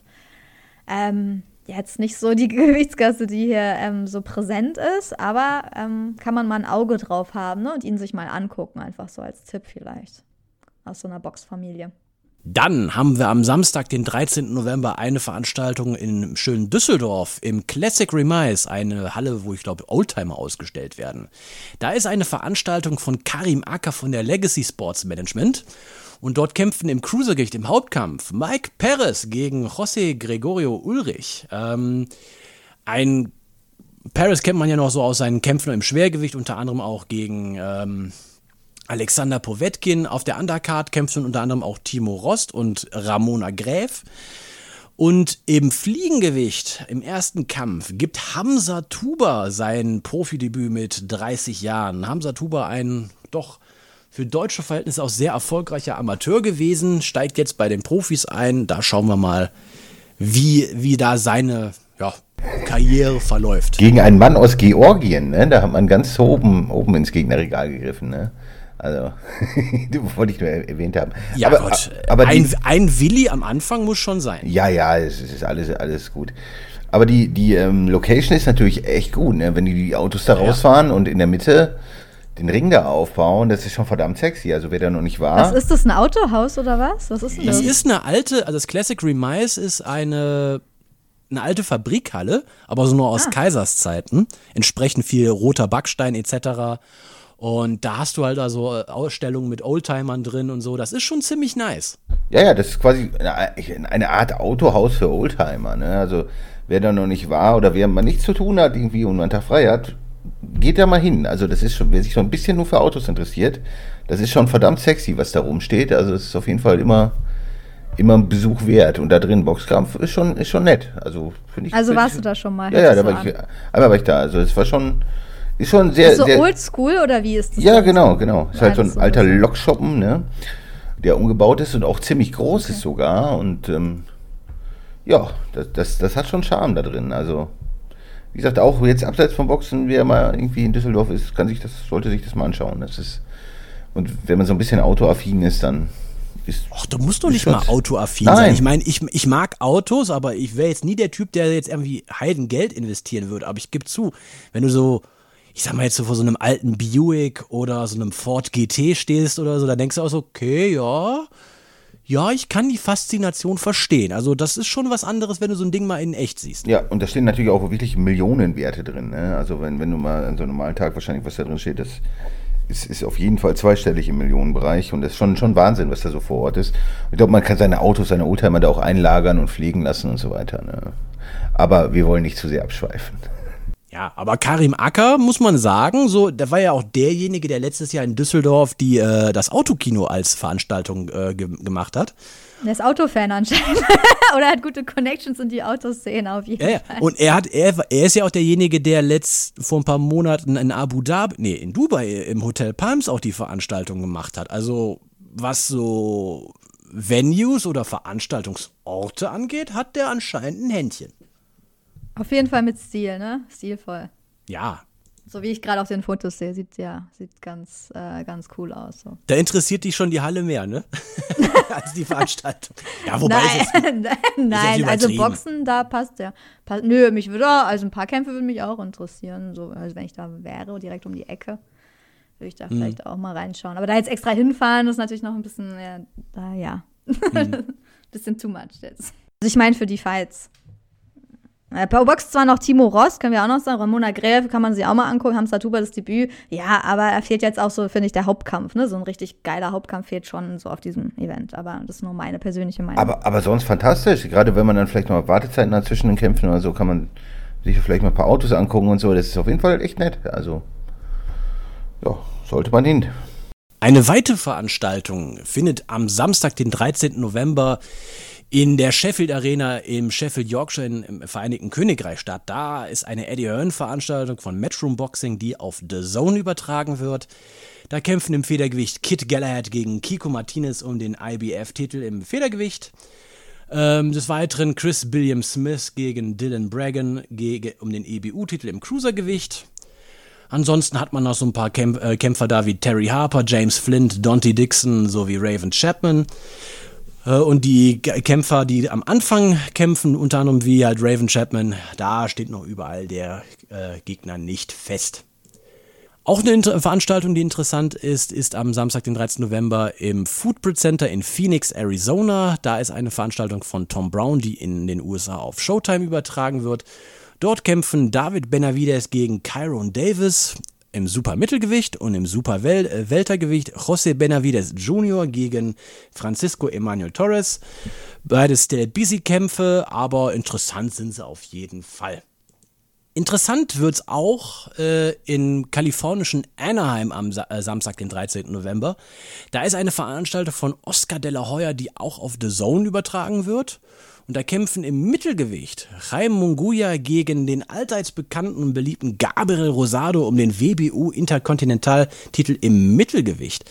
ähm, jetzt nicht so die Gewichtsklasse, die hier ähm, so präsent ist, aber ähm, kann man mal ein Auge drauf haben, ne, und ihn sich mal angucken, einfach so als Tipp vielleicht aus so einer Boxfamilie. Dann haben wir am Samstag, den dreizehnten November, eine Veranstaltung in schönen Düsseldorf im Classic Remise, eine Halle, wo ich glaube Oldtimer ausgestellt werden. Da ist eine Veranstaltung von Karim Acker von der Legacy Sports Management und dort kämpfen im Cruisergewicht im Hauptkampf Mike Perez gegen José Gregorio Ulrich. Ähm, ein Perez kennt man ja noch so aus seinen Kämpfen im Schwergewicht, unter anderem auch gegen ähm, Alexander Povetkin. Auf der Undercard kämpfen unter anderem auch Timo Rost und Ramona Gräf. Und im Fliegengewicht, im ersten Kampf, gibt Hamza Tuba sein Profidebüt mit dreißig Jahren. Hamza Tuba, ein doch für deutsche Verhältnisse auch sehr erfolgreicher Amateur gewesen, steigt jetzt bei den Profis ein. Da schauen wir mal, wie, wie da seine ja, Karriere verläuft. Gegen einen Mann aus Georgien, ne? Da hat man ganz oben, oben ins Gegnerregal gegriffen, ne? Also, wollte ich nur erwähnt haben. Ja aber, Gott, aber die, ein, ein Willi am Anfang muss schon sein. ja, ja, es ist alles, alles gut. Aber die, die ähm, Location ist natürlich echt gut, ne? Wenn die die Autos da rausfahren und in der Mitte den Ring da aufbauen, das ist schon verdammt sexy. Also wer da noch nicht war. Was ist das, ein Autohaus oder was? Was ist denn Das das? ist eine alte, also das Classic Remise ist eine, eine alte Fabrikhalle, aber so nur aus Kaiserszeiten. Entsprechend viel roter Backstein et cetera. Und da hast du halt also Ausstellungen mit Oldtimern drin und so. Das ist schon ziemlich nice. Ja, ja, das ist quasi eine, eine Art Autohaus für Oldtimer. Ne? Also wer da noch nicht war oder wer mal nichts zu tun hat irgendwie und einen Tag frei hat, geht da mal hin. Also das ist schon, wer sich so ein bisschen nur für Autos interessiert, das ist schon verdammt sexy, was da rumsteht. Also es ist auf jeden Fall immer, immer ein Besuch wert. Und da drin Boxkampf ist schon, ist schon nett. Also finde ich. Also find warst ich, du da schon mal? Ja, ja, Hört da sich war so ich, einmal war ich da. Also es war schon, ist schon sehr, an. So sehr. oldschool oder wie ist das? Ja, denn? genau, genau. Ist Ja, halt so das ein ist so alter ein bisschen- Lokschuppen, ne? Der umgebaut ist und auch ziemlich groß ist sogar. Und ähm, ja, das, das, das hat schon Charme da drin. Also, wie gesagt, auch jetzt abseits vom Boxen, wer mal irgendwie in Düsseldorf ist, kann sich das, sollte sich das mal anschauen. Das ist, und wenn man so ein bisschen autoaffin ist, dann ist. Ach, du musst doch ist nicht schon- mal autoaffin Nein. sein. Ich meine, ich, ich mag Autos, aber ich wäre jetzt nie der Typ, der jetzt irgendwie Heidengeld investieren würde. Aber ich gebe zu, wenn du so, ich sag mal jetzt so vor so einem alten Buick oder so einem Ford G T stehst oder so, da denkst du auch so, okay, ja, ja, ich kann die Faszination verstehen. Also das ist schon was anderes, wenn du so ein Ding mal in echt siehst. Ja, und da stehen natürlich auch wirklich Millionenwerte drin. Ne? Also wenn, wenn du mal an so einem normalen Tag wahrscheinlich was da drin steht, das ist, ist auf jeden Fall zweistellig im Millionenbereich und das ist schon, schon Wahnsinn, was da so vor Ort ist. Ich glaube, man kann seine Autos, seine Oldtimer da auch einlagern und fliegen lassen und so weiter. Ne? Aber wir wollen nicht zu sehr abschweifen. Ja, aber Karim Acker, muss man sagen, so, der war ja auch derjenige, der letztes Jahr in Düsseldorf die, äh, das Autokino als Veranstaltung äh, ge- gemacht hat. Der ist Autofan anscheinend. Oder hat gute Connections in die Autoszene auf jeden Ja, ja. Fall. Und er hat, er, er ist ja auch derjenige, der letzt vor ein paar Monaten in Abu Dhabi, nee, in Dubai im Hotel Palms auch die Veranstaltung gemacht hat. Also was so Venues oder Veranstaltungsorte angeht, hat der anscheinend ein Händchen. Auf jeden Fall mit Stil, ne? Stilvoll. Ja. So wie ich gerade auf den Fotos sehe, sieht ja sieht ganz, äh, ganz cool aus. So. Da interessiert dich schon die Halle mehr, ne? Als die Veranstaltung. Ja, wobei es Nein, ist, nein, ist also übertrieben. Boxen, da passt ja. Pass, nö, mich würde, also ein paar Kämpfe würden mich auch interessieren. So, also wenn ich da wäre, direkt um die Ecke, würde ich da Mhm. vielleicht auch mal reinschauen. Aber da jetzt extra hinfahren, ist natürlich noch ein bisschen, ja, da, ja. Mhm. bisschen too much jetzt. Also ich meine für die Fights. Äh, Power Box zwar noch Timo Ross, können wir auch noch sagen. Ramona Greve kann man sich auch mal angucken. Hamza Tuba das Debüt. Ja, aber er fehlt jetzt auch so, finde ich, der Hauptkampf. Ne? So ein richtig geiler Hauptkampf fehlt schon so auf diesem Event. Aber das ist nur meine persönliche Meinung. Aber, aber sonst fantastisch. Gerade wenn man dann vielleicht noch Wartezeiten hat zwischen den Kämpfen oder so, kann man sich vielleicht mal ein paar Autos angucken und so. Das ist auf jeden Fall echt nett. Also, ja, sollte man hin. Eine weitere Veranstaltung findet am Samstag, den dreizehnten November in der Sheffield Arena im Sheffield Yorkshire im Vereinigten Königreich statt. Da ist eine Eddie Hearn-Veranstaltung von Matchroom Boxing, die auf The Zone übertragen wird. Da kämpfen im Federgewicht Kit Galahad gegen Kiko Martinez um den I B F-Titel im Federgewicht. Ähm, des Weiteren Chris Billiam Smith gegen Dylan Bragan gegen, um den E B U-Titel im Cruisergewicht. Ansonsten hat man noch so ein paar Kämp- äh, Kämpfer da wie Terry Harper, James Flint, Dante Dixon sowie Raven Chapman. Äh, und die G- Kämpfer, die am Anfang kämpfen, unter anderem wie halt Raven Chapman, da steht noch überall der äh, Gegner nicht fest. Auch eine Inter- Veranstaltung, die interessant ist, ist am Samstag, den dreizehnten November im Footprint Center in Phoenix, Arizona. Da ist eine Veranstaltung von Tom Brown, die in den U S A auf Showtime übertragen wird. Dort kämpfen David Benavidez gegen Kyron Davis im Supermittelgewicht und im Superweltergewicht José Benavidez Junior gegen Francisco Emanuel Torres. Beides Busy-Kämpfe, aber interessant sind sie auf jeden Fall. Interessant wird's auch äh, in kalifornischen Anaheim am Sa- äh, Samstag, den dreizehnten November. Da ist eine Veranstaltung von Oscar de la Hoya, die auch auf The Zone übertragen wird. Und da kämpfen im Mittelgewicht Jaime Munguia gegen den allseits bekannten und beliebten Gabriel Rosado um den W B U-Interkontinentaltitel im Mittelgewicht.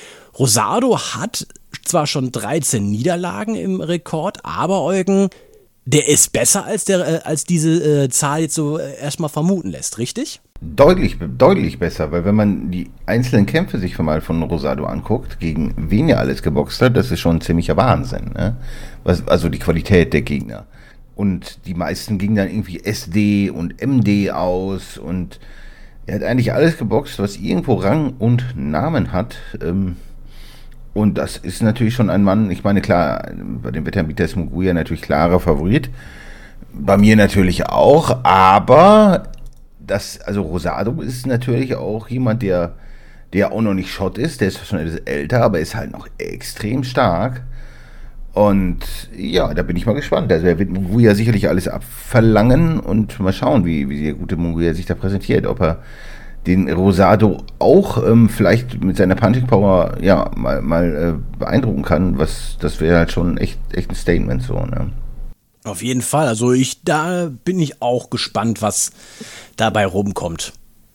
Rosado hat zwar schon dreizehn Niederlagen im Rekord, aber Eugen, der ist besser, als, der, äh, als diese äh, Zahl jetzt so äh, erstmal vermuten lässt, richtig? Deutlich, deutlich besser, weil wenn man die einzelnen Kämpfe sich mal von Rosado anguckt, gegen wen er alles geboxt hat, das ist schon ein ziemlicher Wahnsinn. Ne? Was, also die Qualität der Gegner. Und die meisten gingen dann irgendwie S D und M D aus und er hat eigentlich alles geboxt, was irgendwo Rang und Namen hat. Ähm, und das ist natürlich schon ein Mann, ich meine klar, bei dem Wettanbieter ist Munguia natürlich klarer Favorit. Bei mir natürlich auch, aber das, also Rosado ist natürlich auch jemand, der, der auch noch nicht Schott ist, der ist schon etwas älter, aber ist halt noch extrem stark. Und ja, da bin ich mal gespannt. Also er wird Munguia sicherlich alles abverlangen und mal schauen, wie, wie der gute Munguia sich da präsentiert. Ob er den Rosado auch ähm, vielleicht mit seiner Punching Power ja, mal, mal äh, beeindrucken kann. Was, das wäre halt schon echt, echt ein Statement so, ne? Auf jeden Fall. Also ich, da bin ich auch gespannt, was dabei rumkommt.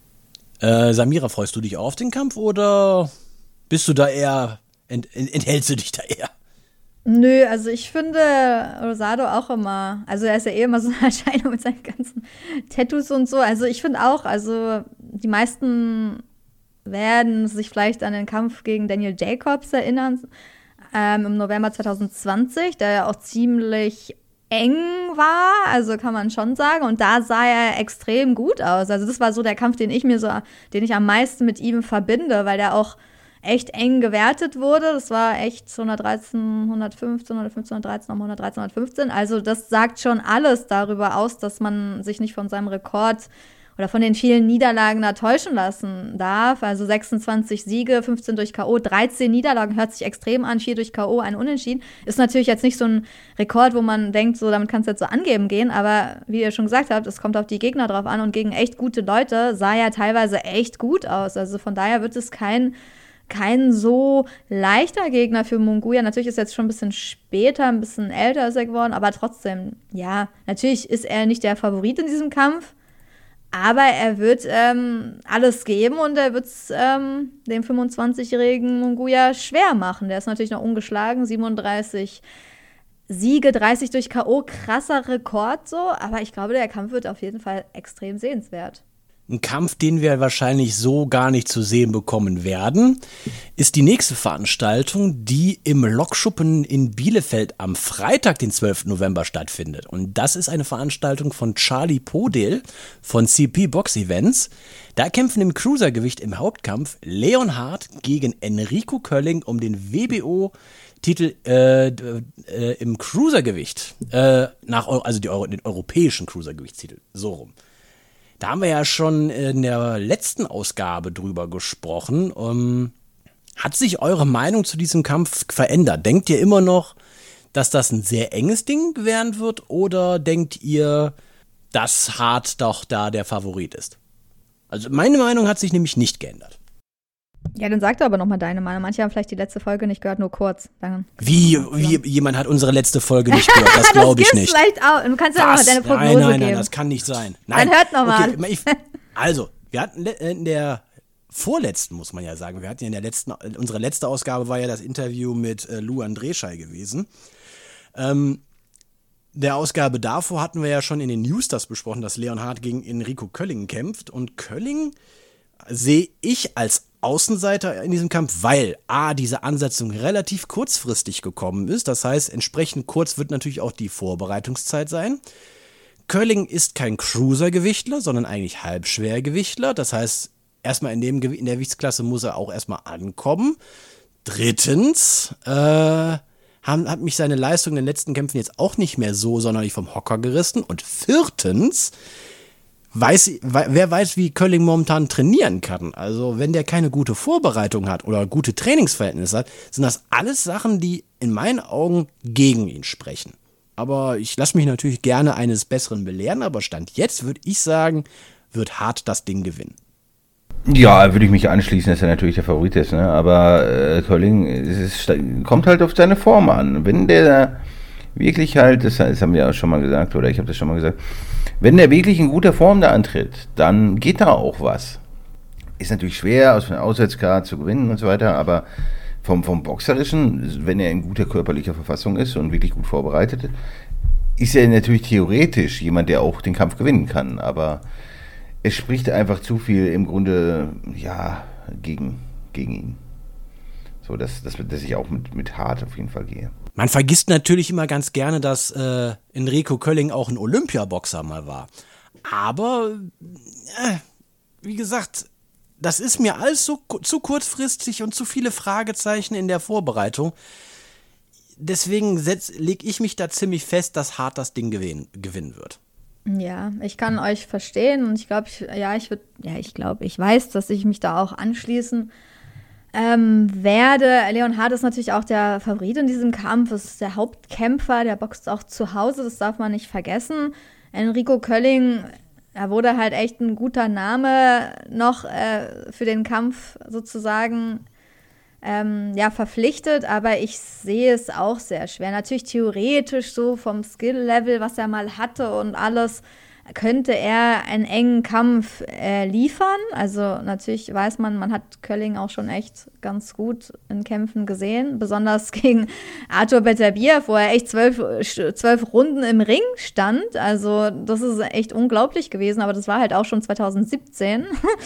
Äh, Samira, freust du dich auch auf den Kampf oder bist du da eher, ent, ent, enthältst du dich da eher? Nö, also ich finde Rosado auch immer, also er ist ja eh immer so eine Erscheinung mit seinen ganzen Tattoos und so. Also ich finde auch, also die meisten werden sich vielleicht an den Kampf gegen Daniel Jacobs erinnern, ähm, im November zwanzig zwanzig, der ja auch ziemlich eng war, also kann man schon sagen. Und da sah er extrem gut aus. Also das war so der Kampf, den ich mir so, den ich am meisten mit ihm verbinde, weil der auch echt eng gewertet wurde. Das war echt hundertdreizehn, hundertfünfzehn, hundertfünfzehn, hundertdreizehn, nochmal hundertdreizehn, hundertfünfzehn. Also das sagt schon alles darüber aus, dass man sich nicht von seinem Rekord oder von den vielen Niederlagen da täuschen lassen darf. Also sechsundzwanzig Siege, fünfzehn durch K O, dreizehn Niederlagen, hört sich extrem an, vier durch K O, ein Unentschieden. Ist natürlich jetzt nicht so ein Rekord, wo man denkt, so damit kann es jetzt so angeben gehen, aber wie ihr schon gesagt habt, es kommt auf die Gegner drauf an und gegen echt gute Leute sah ja teilweise echt gut aus. Also von daher wird es kein kein so leichter Gegner für Munguia. Natürlich ist er jetzt schon ein bisschen später, ein bisschen älter ist er geworden, aber trotzdem, ja, natürlich ist er nicht der Favorit in diesem Kampf, aber er wird ähm, alles geben und er wird es ähm, dem fünfundzwanzigjährigen Munguia schwer machen. Der ist natürlich noch ungeschlagen, siebenunddreißig Siege, dreißig durch K O, krasser Rekord so, aber ich glaube, der Kampf wird auf jeden Fall extrem sehenswert. Ein Kampf, den wir wahrscheinlich so gar nicht zu sehen bekommen werden, ist die nächste Veranstaltung, die im Lokschuppen in Bielefeld am Freitag, den zwölften November stattfindet. Und das ist eine Veranstaltung von Charlie Podel von C P Box Events. Da kämpfen im Cruisergewicht im Hauptkampf Leon Hart gegen Enrico Kölling um den W B O-Titel äh, äh, im Cruisergewicht, äh, nach, also die Euro, den europäischen Cruisergewichtstitel, so rum. Da haben wir ja schon in der letzten Ausgabe drüber gesprochen. Um, hat sich eure Meinung zu diesem Kampf verändert? Denkt ihr immer noch, dass das ein sehr enges Ding werden wird? Oder denkt ihr, dass Hart doch da der Favorit ist? Also meine Meinung hat sich nämlich nicht geändert. Ja, dann sag doch aber nochmal deine Meinung. Manche haben vielleicht die letzte Folge nicht gehört, nur kurz. Dann Wie, wie jemand hat unsere letzte Folge nicht gehört? Das glaube ich nicht. Das vielleicht auch. Du kannst ja nochmal deine Prognose nein, nein, geben. Nein, das kann nicht sein. Nein. Dann hört nochmal. Okay, ich, also, wir hatten in der vorletzten, muss man ja sagen, wir hatten ja in der letzten, unsere letzte Ausgabe war ja das Interview mit äh, Lou Andreschei gewesen. Ähm, der Ausgabe davor hatten wir ja schon in den News das besprochen, dass Leon Hart gegen Enrico Kölling kämpft. Und Kölling sehe ich als Außenseiter in diesem Kampf, weil A, diese Ansetzung relativ kurzfristig gekommen ist. Das heißt, entsprechend kurz wird natürlich auch die Vorbereitungszeit sein. Kölling ist kein Cruisergewichtler, sondern eigentlich Halbschwergewichtler. Das heißt, erstmal in, dem, in der Gewichtsklasse muss er auch erstmal ankommen. Drittens äh, haben, hat mich seine Leistung in den letzten Kämpfen jetzt auch nicht mehr so sonderlich vom Hocker gerissen. Und viertens weiß, wer weiß, wie Kölling momentan trainieren kann. Also wenn der keine gute Vorbereitung hat oder gute Trainingsverhältnisse hat, sind das alles Sachen, die in meinen Augen gegen ihn sprechen. Aber ich lasse mich natürlich gerne eines Besseren belehren, aber Stand jetzt würde ich sagen, wird Hart das Ding gewinnen. Ja, würde ich mich anschließen, dass er natürlich der Favorit ist, ne? Aber äh, Kölling, es ist, kommt halt auf seine Form an. Wenn der wirklich halt, das, das haben wir ja schon mal gesagt, oder ich habe das schon mal gesagt, wenn der wirklich in guter Form da antritt, dann geht da auch was. Ist natürlich schwer, aus einer Auswärtskarte zu gewinnen und so weiter, aber vom, vom Boxerischen, wenn er in guter körperlicher Verfassung ist und wirklich gut vorbereitet, ist er natürlich theoretisch jemand, der auch den Kampf gewinnen kann, aber es spricht einfach zu viel im Grunde, ja, gegen, gegen ihn. So, dass, dass, dass ich auch mit, mit Hart auf jeden Fall gehe. Man vergisst natürlich immer ganz gerne, dass äh, Enrico Kölling auch ein Olympiaboxer mal war. Aber, äh, wie gesagt, das ist mir alles so zu kurzfristig und zu viele Fragezeichen in der Vorbereitung. Deswegen lege ich mich da ziemlich fest, dass Hart das Ding gewinn, gewinnen wird. Ja, ich kann euch verstehen und ich glaube, ich, ja, ich würde, ja, ich glaube, ich weiß, dass ich mich da auch anschließen ähm, werde. Leon Hart ist natürlich auch der Favorit in diesem Kampf, ist der Hauptkämpfer, der boxt auch zu Hause, das darf man nicht vergessen. Enrico Kölling, er wurde halt echt ein guter Name noch äh, für den Kampf sozusagen ähm, ja, verpflichtet, aber ich sehe es auch sehr schwer. Natürlich theoretisch so vom Skill-Level, was er mal hatte und alles, könnte er einen engen Kampf äh, liefern. Also natürlich weiß man, man hat Kölling auch schon echt ganz gut in Kämpfen gesehen, besonders gegen Artur Beterbiev, wo er echt zwölf, zwölf Runden im Ring stand. Also das ist echt unglaublich gewesen, aber das war halt auch schon zwanzig siebzehn.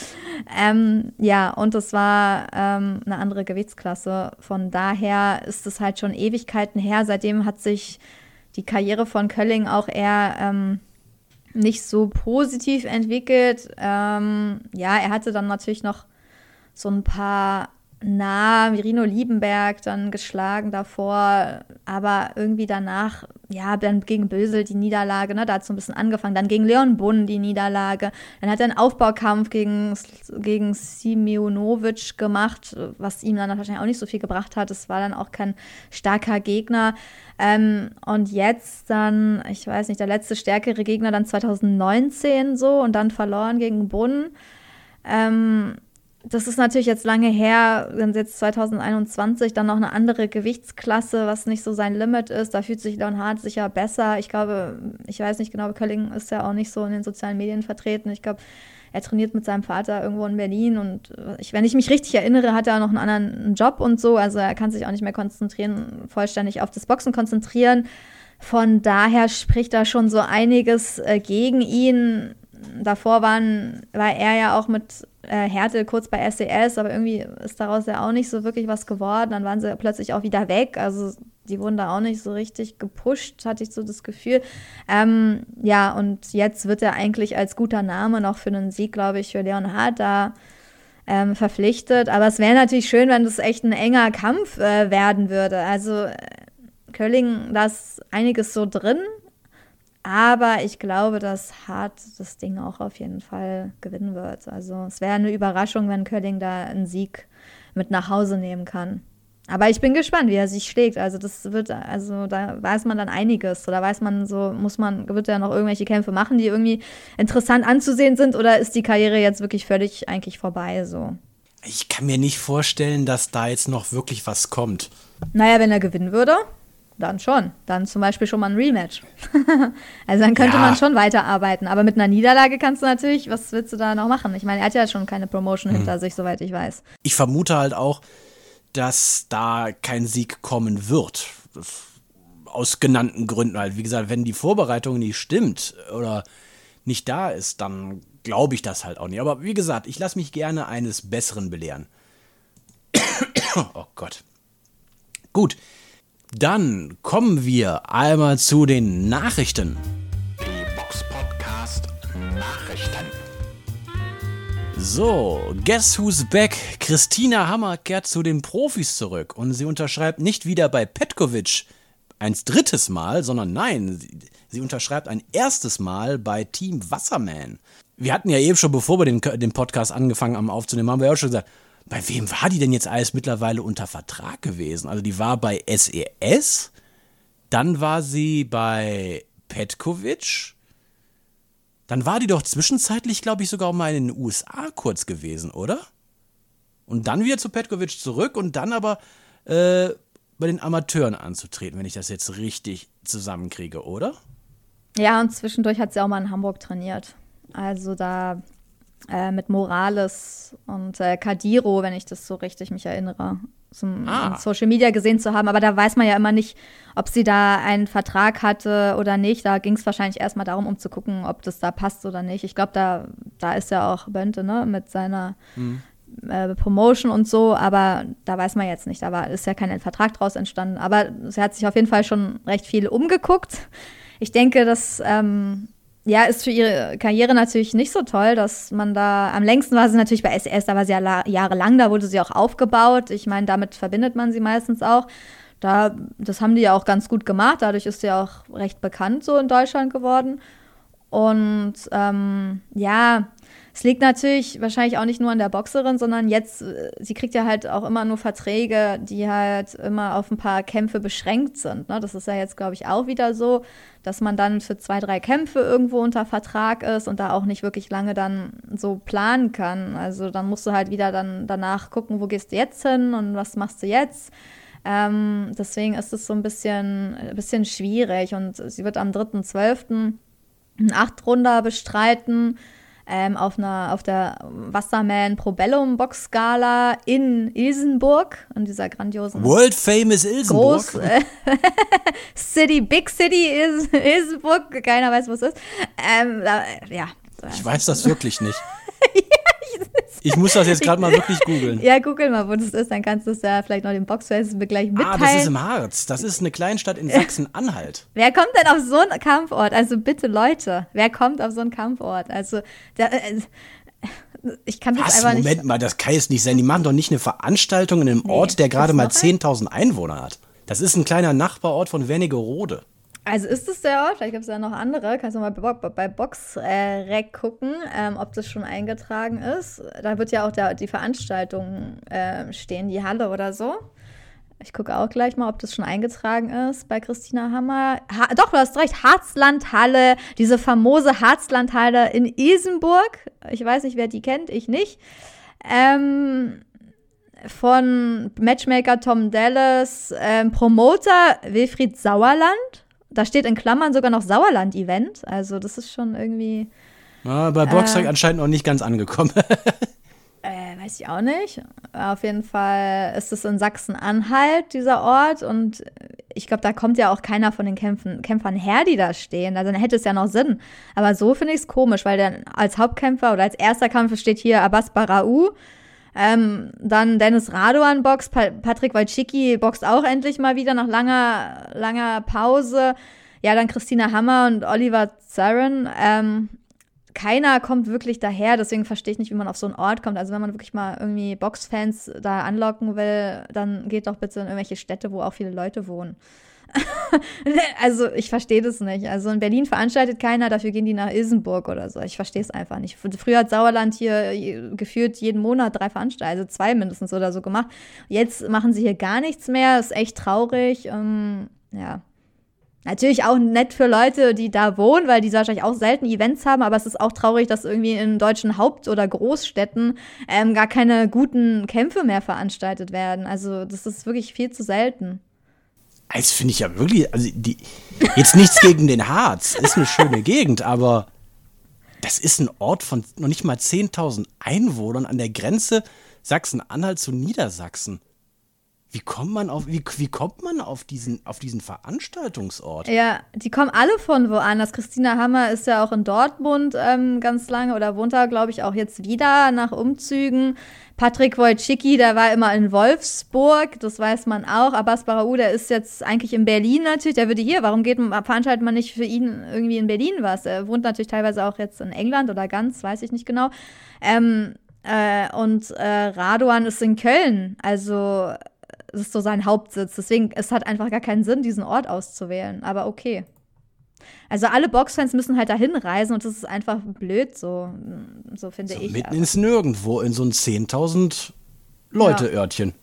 ähm, ja, und das war ähm, eine andere Gewichtsklasse. Von daher ist es halt schon Ewigkeiten her. Seitdem hat sich die Karriere von Kölling auch eher ähm, nicht so positiv entwickelt. Ähm, ja, er hatte dann natürlich noch so ein paar nah, Mirino Liebenberg dann geschlagen davor, aber irgendwie danach, ja, dann gegen Bösel die Niederlage, ne, da hat es so ein bisschen angefangen, dann gegen Leon Bunn die Niederlage, dann hat er einen Aufbaukampf gegen, gegen Simeunovic gemacht, was ihm dann wahrscheinlich auch nicht so viel gebracht hat, es war dann auch kein starker Gegner, ähm, und jetzt dann, ich weiß nicht, der letzte stärkere Gegner dann zwanzig neunzehn so und dann verloren gegen Bunn, ähm, das ist natürlich jetzt lange her, dann jetzt zwanzig einundzwanzig dann noch eine andere Gewichtsklasse, was nicht so sein Limit ist. Da fühlt sich Leonhard sicher besser. Ich glaube, ich weiß nicht genau, Kölling ist ja auch nicht so in den sozialen Medien vertreten. Ich glaube, er trainiert mit seinem Vater irgendwo in Berlin und ich, wenn ich mich richtig erinnere, hat er auch noch einen anderen Job und so. Also er kann sich auch nicht mehr konzentrieren, vollständig auf das Boxen konzentrieren. Von daher spricht da schon so einiges äh, gegen ihn. Davor waren, war er ja auch mit äh, Härte kurz bei S C S, aber irgendwie ist daraus ja auch nicht so wirklich was geworden. Dann waren sie plötzlich auch wieder weg. Also die wurden da auch nicht so richtig gepusht, hatte ich so das Gefühl. Ähm, ja, und jetzt wird er eigentlich als guter Name noch für einen Sieg, glaube ich, für Leonhard da ähm, verpflichtet. Aber es wäre natürlich schön, wenn das echt ein enger Kampf äh, werden würde. Also äh, Kölling, da ist einiges so drin. Aber ich glaube, dass Hart das Ding auch auf jeden Fall gewinnen wird. Also es wäre eine Überraschung, wenn Kölling da einen Sieg mit nach Hause nehmen kann. Aber ich bin gespannt, wie er sich schlägt. Also das wird, also da weiß man dann einiges. Oder weiß man so, muss man, wird er noch irgendwelche Kämpfe machen, die irgendwie interessant anzusehen sind? Oder ist die Karriere jetzt wirklich völlig eigentlich vorbei so? Ich kann mir nicht vorstellen, dass da jetzt noch wirklich was kommt. Naja, wenn er gewinnen würde, dann schon. Dann zum Beispiel schon mal ein Rematch. Also dann könnte Ja. man schon weiterarbeiten. Aber mit einer Niederlage kannst du natürlich, was willst du da noch machen? Ich meine, er hat ja schon keine Promotion mhm. hinter sich, soweit ich weiß. Ich vermute halt auch, dass da kein Sieg kommen wird. Aus genannten Gründen halt. Wie gesagt, wenn die Vorbereitung nicht stimmt oder nicht da ist, dann glaube ich das halt auch nicht. Aber wie gesagt, ich lasse mich gerne eines Besseren belehren. Oh Gott. Gut. Dann kommen wir einmal zu den Nachrichten. Die Box Podcast Nachrichten. So, guess who's back? Christina Hammer kehrt zu den Profis zurück und sie unterschreibt nicht wieder bei Petkovic ein drittes Mal, sondern nein, sie, sie unterschreibt ein erstes Mal bei Team Wasserman. Wir hatten ja eben schon, bevor wir den, den Podcast angefangen haben aufzunehmen, haben wir ja auch schon gesagt, bei wem war die denn jetzt alles mittlerweile unter Vertrag gewesen? Also die war bei S E S, dann war sie bei Petkovic, dann war die doch zwischenzeitlich, glaube ich, sogar auch mal in den U S A kurz gewesen, oder? Und dann wieder zu Petkovic zurück und dann aber äh, bei den Amateuren anzutreten, wenn ich das jetzt richtig zusammenkriege, oder? Ja, und zwischendurch hat sie auch mal in Hamburg trainiert. Also da äh, mit Morales und äh, Kadiro, wenn ich das so richtig mich erinnere, zum Ah. Social Media gesehen zu haben. Aber da weiß man ja immer nicht, ob sie da einen Vertrag hatte oder nicht. Da ging es wahrscheinlich erstmal darum, um zu gucken, ob das da passt oder nicht. Ich glaube, da, da ist ja auch Bönte, ne, mit seiner Mhm. äh, Promotion und so. Aber da weiß man jetzt nicht. Da war, ist ja kein Vertrag draus entstanden. Aber sie hat sich auf jeden Fall schon recht viel umgeguckt. Ich denke, dass ähm, ja, ist für ihre Karriere natürlich nicht so toll, dass man da, am längsten war sie natürlich bei S E S, da war sie ja la- jahrelang, da wurde sie auch aufgebaut. Ich meine, damit verbindet man sie meistens auch. Da, das haben die ja auch ganz gut gemacht, dadurch ist sie auch recht bekannt so in Deutschland geworden. Und ähm, ja, es liegt natürlich wahrscheinlich auch nicht nur an der Boxerin, sondern jetzt, äh, sie kriegt ja halt auch immer nur Verträge, die halt immer auf ein paar Kämpfe beschränkt sind. Ne? Das ist ja jetzt, glaube ich, auch wieder so, dass man dann für zwei, drei Kämpfe irgendwo unter Vertrag ist und da auch nicht wirklich lange dann so planen kann. Also dann musst du halt wieder dann danach gucken, wo gehst du jetzt hin und was machst du jetzt. Ähm, deswegen ist es so ein bisschen, ein bisschen schwierig und sie wird am dritten zwölften einen Achtrunder bestreiten. Ähm, auf, einer, auf der Wasserman Probellum Boxskala in Ilsenburg, in dieser grandiosen World Famous Ilsenburg. Groß äh, City, Big City Is, Ilsenburg, keiner weiß, wo es ist. Ähm, da, ja. Ich weiß das wirklich nicht. Ich muss das jetzt gerade mal wirklich googeln. Ja, google mal, wo das ist, dann kannst du es ja vielleicht noch dem Boxfest gleich mitteilen. Ah, das ist im Harz. Das ist eine Kleinstadt in Sachsen-Anhalt. Wer kommt denn auf so einen Kampfort? Also bitte Leute, wer kommt auf so einen Kampfort? Also da, äh, ich kann das Was? einfach Moment nicht. mal, das kann jetzt nicht sein. Die machen doch nicht eine Veranstaltung in einem Nee, Ort, der gerade gibt's mal noch einen? zehntausend Einwohner hat. Das ist ein kleiner Nachbarort von Wernigerode. Also ist es der Ort? Vielleicht gibt es ja noch andere. Kannst du mal bei, Bo- bei Boxrec äh, gucken, ähm, ob das schon eingetragen ist. Da wird ja auch der, die Veranstaltung äh, stehen, die Halle oder so. Ich gucke auch gleich mal, ob das schon eingetragen ist bei Christina Hammer. Ha- Doch, du hast recht. Harzlandhalle, diese famose Harzlandhalle in Isenburg. Ich weiß nicht, wer die kennt, ich nicht. Ähm, von Matchmaker Tom Dallas, ähm, Promoter Wilfried Sauerland. Da steht in Klammern sogar noch Sauerland-Event. Also das ist schon irgendwie, Ja, bei Boxrec Äh. anscheinend noch nicht ganz angekommen. äh, weiß ich auch nicht. Auf jeden Fall ist es in Sachsen-Anhalt, dieser Ort. Und ich glaube, da kommt ja auch keiner von den Kämpfen, Kämpfern her, die da stehen. Also dann hätte es ja noch Sinn. Aber so finde ich es komisch, weil dann als Hauptkämpfer oder als erster Kampf steht hier Abbas Barau. Ähm, dann Dennis Radovan boxt, pa- Patrick Wojcicki boxt auch endlich mal wieder nach langer, langer Pause. Ja, dann Christina Hammer und Oliver Zarin. Ähm, keiner kommt wirklich daher, deswegen verstehe ich nicht, wie man auf so einen Ort kommt. Also wenn man wirklich mal irgendwie Boxfans da anlocken will, dann geht doch bitte in irgendwelche Städte, wo auch viele Leute wohnen. Also ich verstehe das nicht. Also in Berlin veranstaltet keiner, dafür gehen die nach Ilsenburg oder so. Ich verstehe es einfach nicht. Früher hat Sauerland hier gefühlt jeden Monat drei Veranstaltungen, also zwei mindestens oder so gemacht. Jetzt machen sie hier gar nichts mehr. Ist echt traurig. Ähm, ja. Natürlich auch nett für Leute, die da wohnen, weil die wahrscheinlich auch selten Events haben, aber es ist auch traurig, dass irgendwie in deutschen Haupt- oder Großstädten ähm, gar keine guten Kämpfe mehr veranstaltet werden. Also das ist wirklich viel zu selten. Das finde ich ja wirklich, also die, jetzt nichts gegen den Harz, ist eine schöne Gegend, aber das ist ein Ort von noch nicht mal zehntausend Einwohnern an der Grenze Sachsen-Anhalt zu Niedersachsen. Wie kommt man auf, wie, wie kommt man auf diesen, auf diesen Veranstaltungsort? Ja, die kommen alle von woanders. Christina Hammer ist ja auch in Dortmund ähm, ganz lange oder wohnt da, glaube ich, auch jetzt wieder nach Umzügen. Patrick Wojcicki, der war immer in Wolfsburg, das weiß man auch. Abbas Barau, der ist jetzt eigentlich in Berlin natürlich. Der würde hier, warum geht, veranstaltet man nicht für ihn irgendwie in Berlin was? Er wohnt natürlich teilweise auch jetzt in England oder ganz, weiß ich nicht genau. Ähm, äh, und äh, Radovan ist in Köln, also das ist so sein Hauptsitz. Deswegen, es hat einfach gar keinen Sinn, diesen Ort auszuwählen. Aber okay. Also alle Boxfans müssen halt dahin reisen und das ist einfach blöd, so, so finde So, ich. mitten aber. ins Nirgendwo, in so ein zehntausend Leute-Örtchen.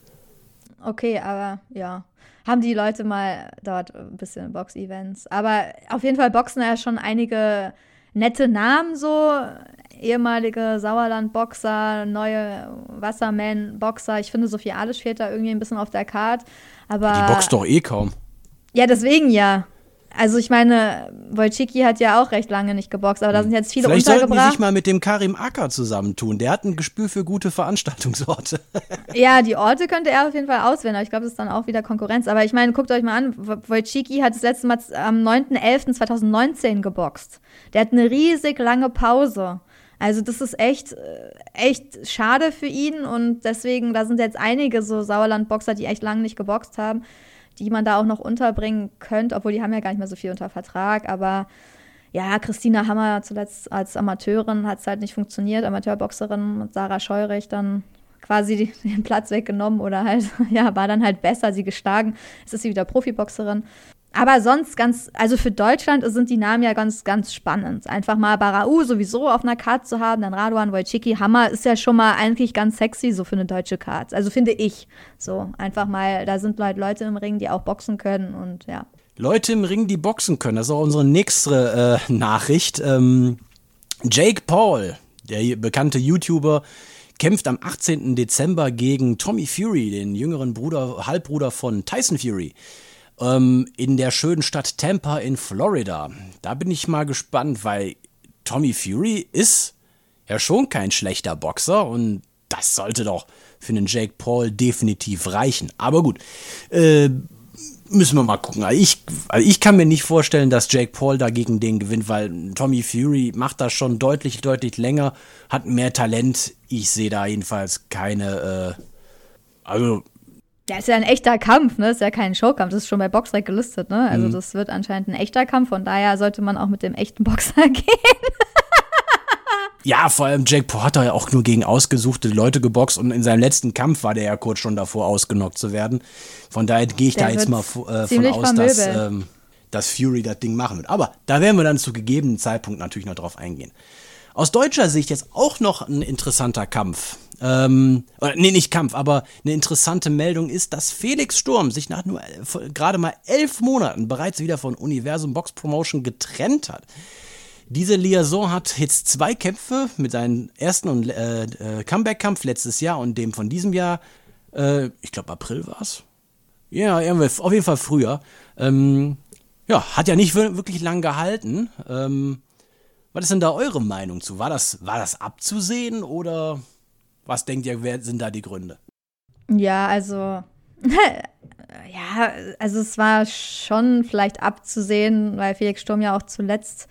Okay, aber ja. Haben die Leute mal dort ein bisschen Box-Events. Aber auf jeden Fall boxen ja schon einige nette Namen so. Ehemalige Sauerland-Boxer, neue Wasserman-Boxer. Ich finde, Sophie Alisch fehlt da irgendwie ein bisschen auf der Karte. Aber Die boxt doch eh kaum. ja, deswegen ja. Also ich meine, Wojcicki hat ja auch recht lange nicht geboxt, aber da sind jetzt viele Vielleicht sollten die untergebracht. sich mal mit dem Karim Acker zusammentun. Der hat ein Gespür für gute Veranstaltungsorte. Ja, die Orte könnte er auf jeden Fall auswählen, aber ich glaube, das ist dann auch wieder Konkurrenz. Aber ich meine, guckt euch mal an, Wojcicki hat das letzte Mal am neunten elften zweitausendneunzehn geboxt. Der hat eine riesig lange Pause. Also das ist echt, echt schade für ihn und deswegen, da sind jetzt einige so Sauerland-Boxer, die echt lange nicht geboxt haben, die man da auch noch unterbringen könnte, obwohl die haben ja gar nicht mehr so viel unter Vertrag, aber ja, Christina Hammer zuletzt als Amateurin hat es halt nicht funktioniert, Amateurboxerin mit Sarah Scheurich dann quasi den Platz weggenommen oder halt, ja, war dann halt besser, sie geschlagen, jetzt ist sie wieder Profiboxerin. Aber sonst ganz, also für Deutschland sind die Namen ja ganz, ganz spannend. Einfach mal Barau sowieso auf einer Karte zu haben, dann Radovan, Wojcicki, Hammer ist ja schon mal eigentlich ganz sexy so für eine deutsche Karte. Also finde ich so. Einfach mal, da sind halt Leute im Ring, die auch boxen können und ja. Leute im Ring, die boxen können. Das ist auch unsere nächste äh, Nachricht. Ähm, Jake Paul, der bekannte YouTuber, kämpft am achtzehnten Dezember gegen Tommy Fury, den jüngeren Bruder, Halbbruder von Tyson Fury. In der schönen Stadt Tampa in Florida. Da bin ich mal gespannt, weil Tommy Fury ist ja schon kein schlechter Boxer und das sollte doch für einen Jake Paul definitiv reichen. Aber gut, äh, müssen wir mal gucken. Also ich, also ich kann mir nicht vorstellen, dass Jake Paul dagegen den gewinnt, weil Tommy Fury macht das schon deutlich, deutlich länger, hat mehr Talent. Ich sehe da jedenfalls keine, äh, also Ja, ist ja ein echter Kampf, ne? Ist ja kein Showkampf. Das ist schon bei Boxrec gelistet, ne? Also mhm. das wird anscheinend ein echter Kampf. Von daher sollte man auch mit dem echten Boxer gehen. Ja, vor allem Jake Paul hat ja auch nur gegen ausgesuchte Leute geboxt und in seinem letzten Kampf war der ja kurz schon davor, ausgenockt zu werden. Von daher gehe ich Der da jetzt wird mal äh, von ziemlich aus, dass, vermöbeln. ähm, dass Fury das Ding machen wird. Aber da werden wir dann zu gegebenen Zeitpunkt natürlich noch drauf eingehen. Aus deutscher Sicht jetzt auch noch ein interessanter Kampf. Ähm, oder, nee, nicht Kampf, aber eine interessante Meldung ist, dass Felix Sturm sich nach nur äh, gerade mal elf Monaten bereits wieder von Universum Box Promotion getrennt hat. Diese Liaison hat jetzt zwei Kämpfe mit seinem ersten und, äh, äh, Comeback-Kampf letztes Jahr und dem von diesem Jahr, äh, ich glaube April war es. Ja, irgendwie, auf jeden Fall früher. Ähm, ja, hat ja nicht wirklich lang gehalten. Ähm, was ist denn da eure Meinung zu? War das, war das abzusehen oder was denkt ihr, wer sind da die Gründe? Ja, also, ja, also es war schon vielleicht abzusehen, weil Felix Sturm ja auch zuletzt,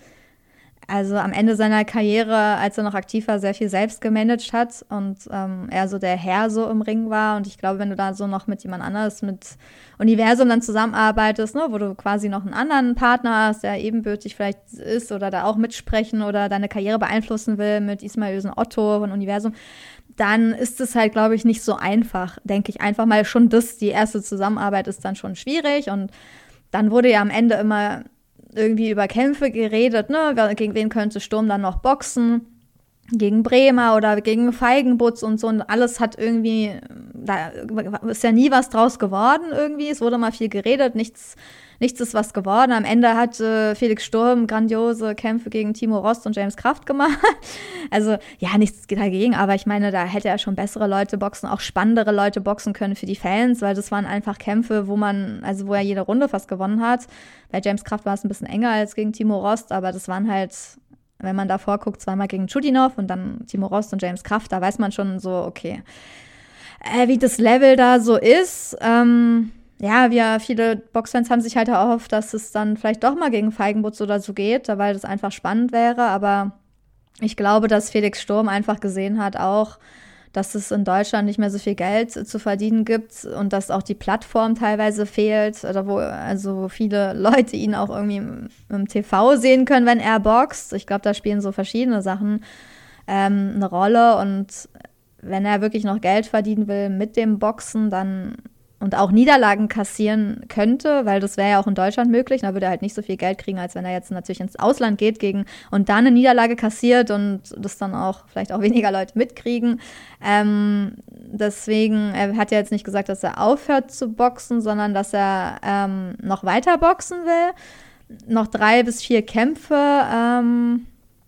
also am Ende seiner Karriere, als er noch aktiv war, sehr viel selbst gemanagt hat und ähm, er so der Herr so im Ring war. Und ich glaube, wenn du da so noch mit jemand anderes, mit Universum dann zusammenarbeitest, ne, wo du quasi noch einen anderen Partner hast, der ebenbürtig vielleicht ist oder da auch mitsprechen oder deine Karriere beeinflussen will mit Ismail Özen Otto von Universum, dann ist es halt, glaube ich, nicht so einfach, denke ich. Einfach mal schon das, die erste Zusammenarbeit ist dann schon schwierig. Und dann wurde ja am Ende immer irgendwie über Kämpfe geredet, ne? Gegen wen könnte Sturm dann noch boxen? Gegen Bremer oder gegen Feigenbutz und so. Und alles hat irgendwie, da ist ja nie was draus geworden irgendwie. Es wurde mal viel geredet, nichts, nichts ist was geworden. Am Ende hat äh, Felix Sturm grandiose Kämpfe gegen Timo Rost und James Kraft gemacht. Also, ja, nichts dagegen, aber ich meine, da hätte er schon bessere Leute boxen, auch spannendere Leute boxen können für die Fans, weil das waren einfach Kämpfe, wo man, also wo er jede Runde fast gewonnen hat. Bei James Kraft war es ein bisschen enger als gegen Timo Rost, aber das waren halt, wenn man da vorguckt, zweimal gegen Chudinov und dann Timo Rost und James Kraft, da weiß man schon so, okay, äh, wie das Level da so ist. Ähm, ja, wir, viele Boxfans haben sich halt erhofft, dass es dann vielleicht doch mal gegen Feigenbutz oder so geht, weil das einfach spannend wäre, aber ich glaube, dass Felix Sturm einfach gesehen hat auch, dass es in Deutschland nicht mehr so viel Geld zu verdienen gibt und dass auch die Plattform teilweise fehlt, oder wo also viele Leute ihn auch irgendwie im, im T V sehen können, wenn er boxt. Ich glaube, da spielen so verschiedene Sachen ähm, eine Rolle und wenn er wirklich noch Geld verdienen will mit dem Boxen, dann und auch Niederlagen kassieren könnte, weil das wäre ja auch in Deutschland möglich, dann würde er halt nicht so viel Geld kriegen, als wenn er jetzt natürlich ins Ausland geht gegen und dann eine Niederlage kassiert und das dann auch vielleicht auch weniger Leute mitkriegen. Ähm, deswegen, er hat ja jetzt nicht gesagt, dass er aufhört zu boxen, sondern dass er ähm, noch weiter boxen will. Noch drei bis vier Kämpfe, ähm,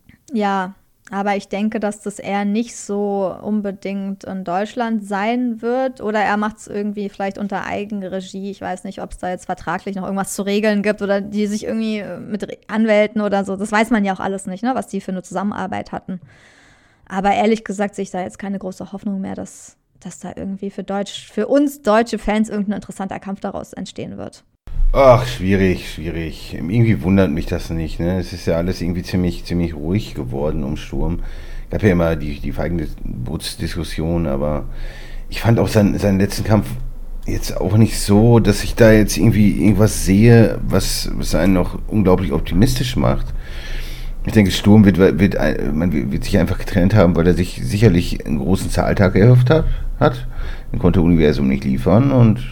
ja, aber ich denke, dass das eher nicht so unbedingt in Deutschland sein wird. Oder er macht es irgendwie vielleicht unter Eigenregie. Ich weiß nicht, ob es da jetzt vertraglich noch irgendwas zu regeln gibt oder die sich irgendwie mit Anwälten oder so. Das weiß man ja auch alles nicht, ne, was die für eine Zusammenarbeit hatten. Aber ehrlich gesagt sehe ich da jetzt keine große Hoffnung mehr, dass, dass da irgendwie für, Deutsch, für uns deutsche Fans irgendein interessanter Kampf daraus entstehen wird. Ach, schwierig, schwierig. Irgendwie wundert mich das nicht, ne? Es ist ja alles irgendwie ziemlich, ziemlich ruhig geworden um Sturm. Gab ja immer die, die Feigenbutz-Diskussion, aber ich fand auch seinen, seinen letzten Kampf jetzt auch nicht so, dass ich da jetzt irgendwie irgendwas sehe, was, was einen noch unglaublich optimistisch macht. Ich denke, Sturm wird, wird, man wird sich einfach getrennt haben, weil er sich sicherlich einen großen Zahltag erhofft hat. hat. Dann konnte Universum nicht liefern und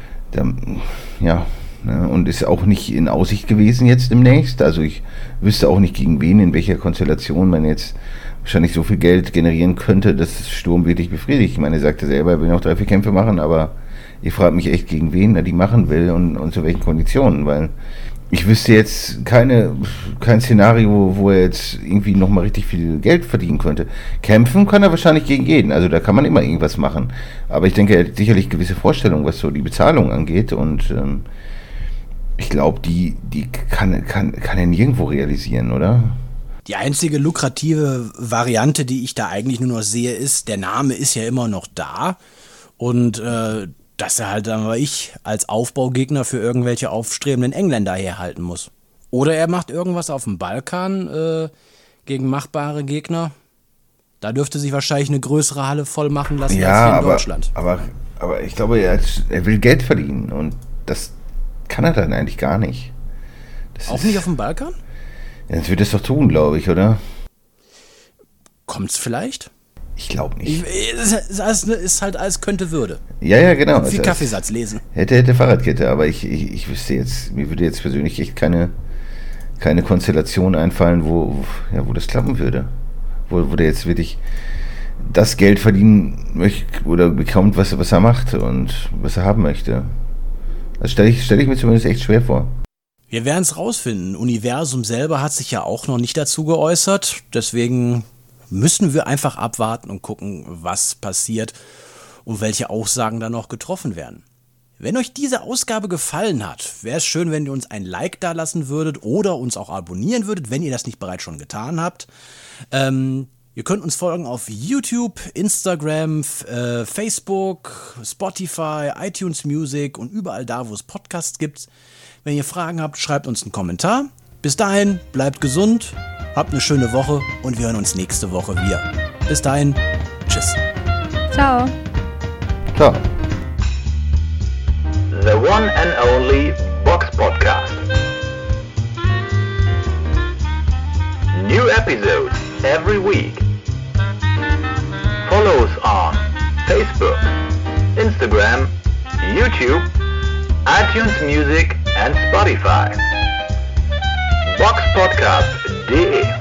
dann, ja, und ist auch nicht in Aussicht gewesen jetzt demnächst. Also ich wüsste auch nicht gegen wen, in welcher Konstellation man jetzt wahrscheinlich so viel Geld generieren könnte, dass das Sturm wirklich befriedigt. Ich meine, er sagte selber, er will noch drei, vier Kämpfe machen, aber ich frage mich echt, gegen wen er die machen will und, und zu welchen Konditionen, weil ich wüsste jetzt keine, kein Szenario, wo er jetzt irgendwie nochmal richtig viel Geld verdienen könnte. Kämpfen kann er wahrscheinlich gegen jeden, also da kann man immer irgendwas machen. Aber ich denke, er hat sicherlich gewisse Vorstellungen, was so die Bezahlung angeht und ähm, ich glaube, die, die kann, kann, kann er nirgendwo realisieren, oder? Die einzige lukrative Variante, die ich da eigentlich nur noch sehe, ist, der Name ist ja immer noch da und äh, dass er halt dann, ich als Aufbaugegner für irgendwelche aufstrebenden Engländer herhalten muss. Oder er macht irgendwas auf dem Balkan äh, gegen machbare Gegner. Da dürfte sich wahrscheinlich eine größere Halle voll machen lassen ja, als hier in aber, Deutschland. Aber, aber ich glaube, er, hat, er will Geld verdienen und das kann er dann eigentlich gar nicht. Das Auch ist, nicht auf dem Balkan? Ja, das wird es doch tun, glaube ich, oder? Kommt's vielleicht? Ich glaube nicht. Ich, es ist, ist halt alles könnte, würde. Ja, ja, genau. Wie Es- Kaffeesatz lesen. Hätte, hätte Fahrradkette, aber ich, ich, ich wüsste jetzt, mir würde jetzt persönlich echt keine, keine Konstellation einfallen, wo, wo- ja, wo das klappen würde. Wo, wo der jetzt wirklich das Geld verdienen möchte oder bekommt, was, was er macht und was er haben möchte. Das stelle ich, stell ich mir zumindest echt schwer vor. Wir werden es rausfinden. Universum selber hat sich ja auch noch nicht dazu geäußert. Deswegen müssen wir einfach abwarten und gucken, was passiert und welche Aussagen da noch getroffen werden. Wenn euch diese Ausgabe gefallen hat, wäre es schön, wenn ihr uns ein Like da lassen würdet oder uns auch abonnieren würdet, wenn ihr das nicht bereits schon getan habt. Ähm, ihr könnt uns folgen auf YouTube, Instagram, f- äh, Facebook, Spotify, iTunes Music und überall da, wo es Podcasts gibt. Wenn ihr Fragen habt, schreibt uns einen Kommentar. Bis dahin, bleibt gesund, habt eine schöne Woche und wir hören uns nächste Woche wieder. Bis dahin, tschüss. Ciao. Klar. The one and only Box Podcast. New episodes every week. Follow us on Facebook, Instagram, YouTube, iTunes Music and Spotify. box podcast punkt de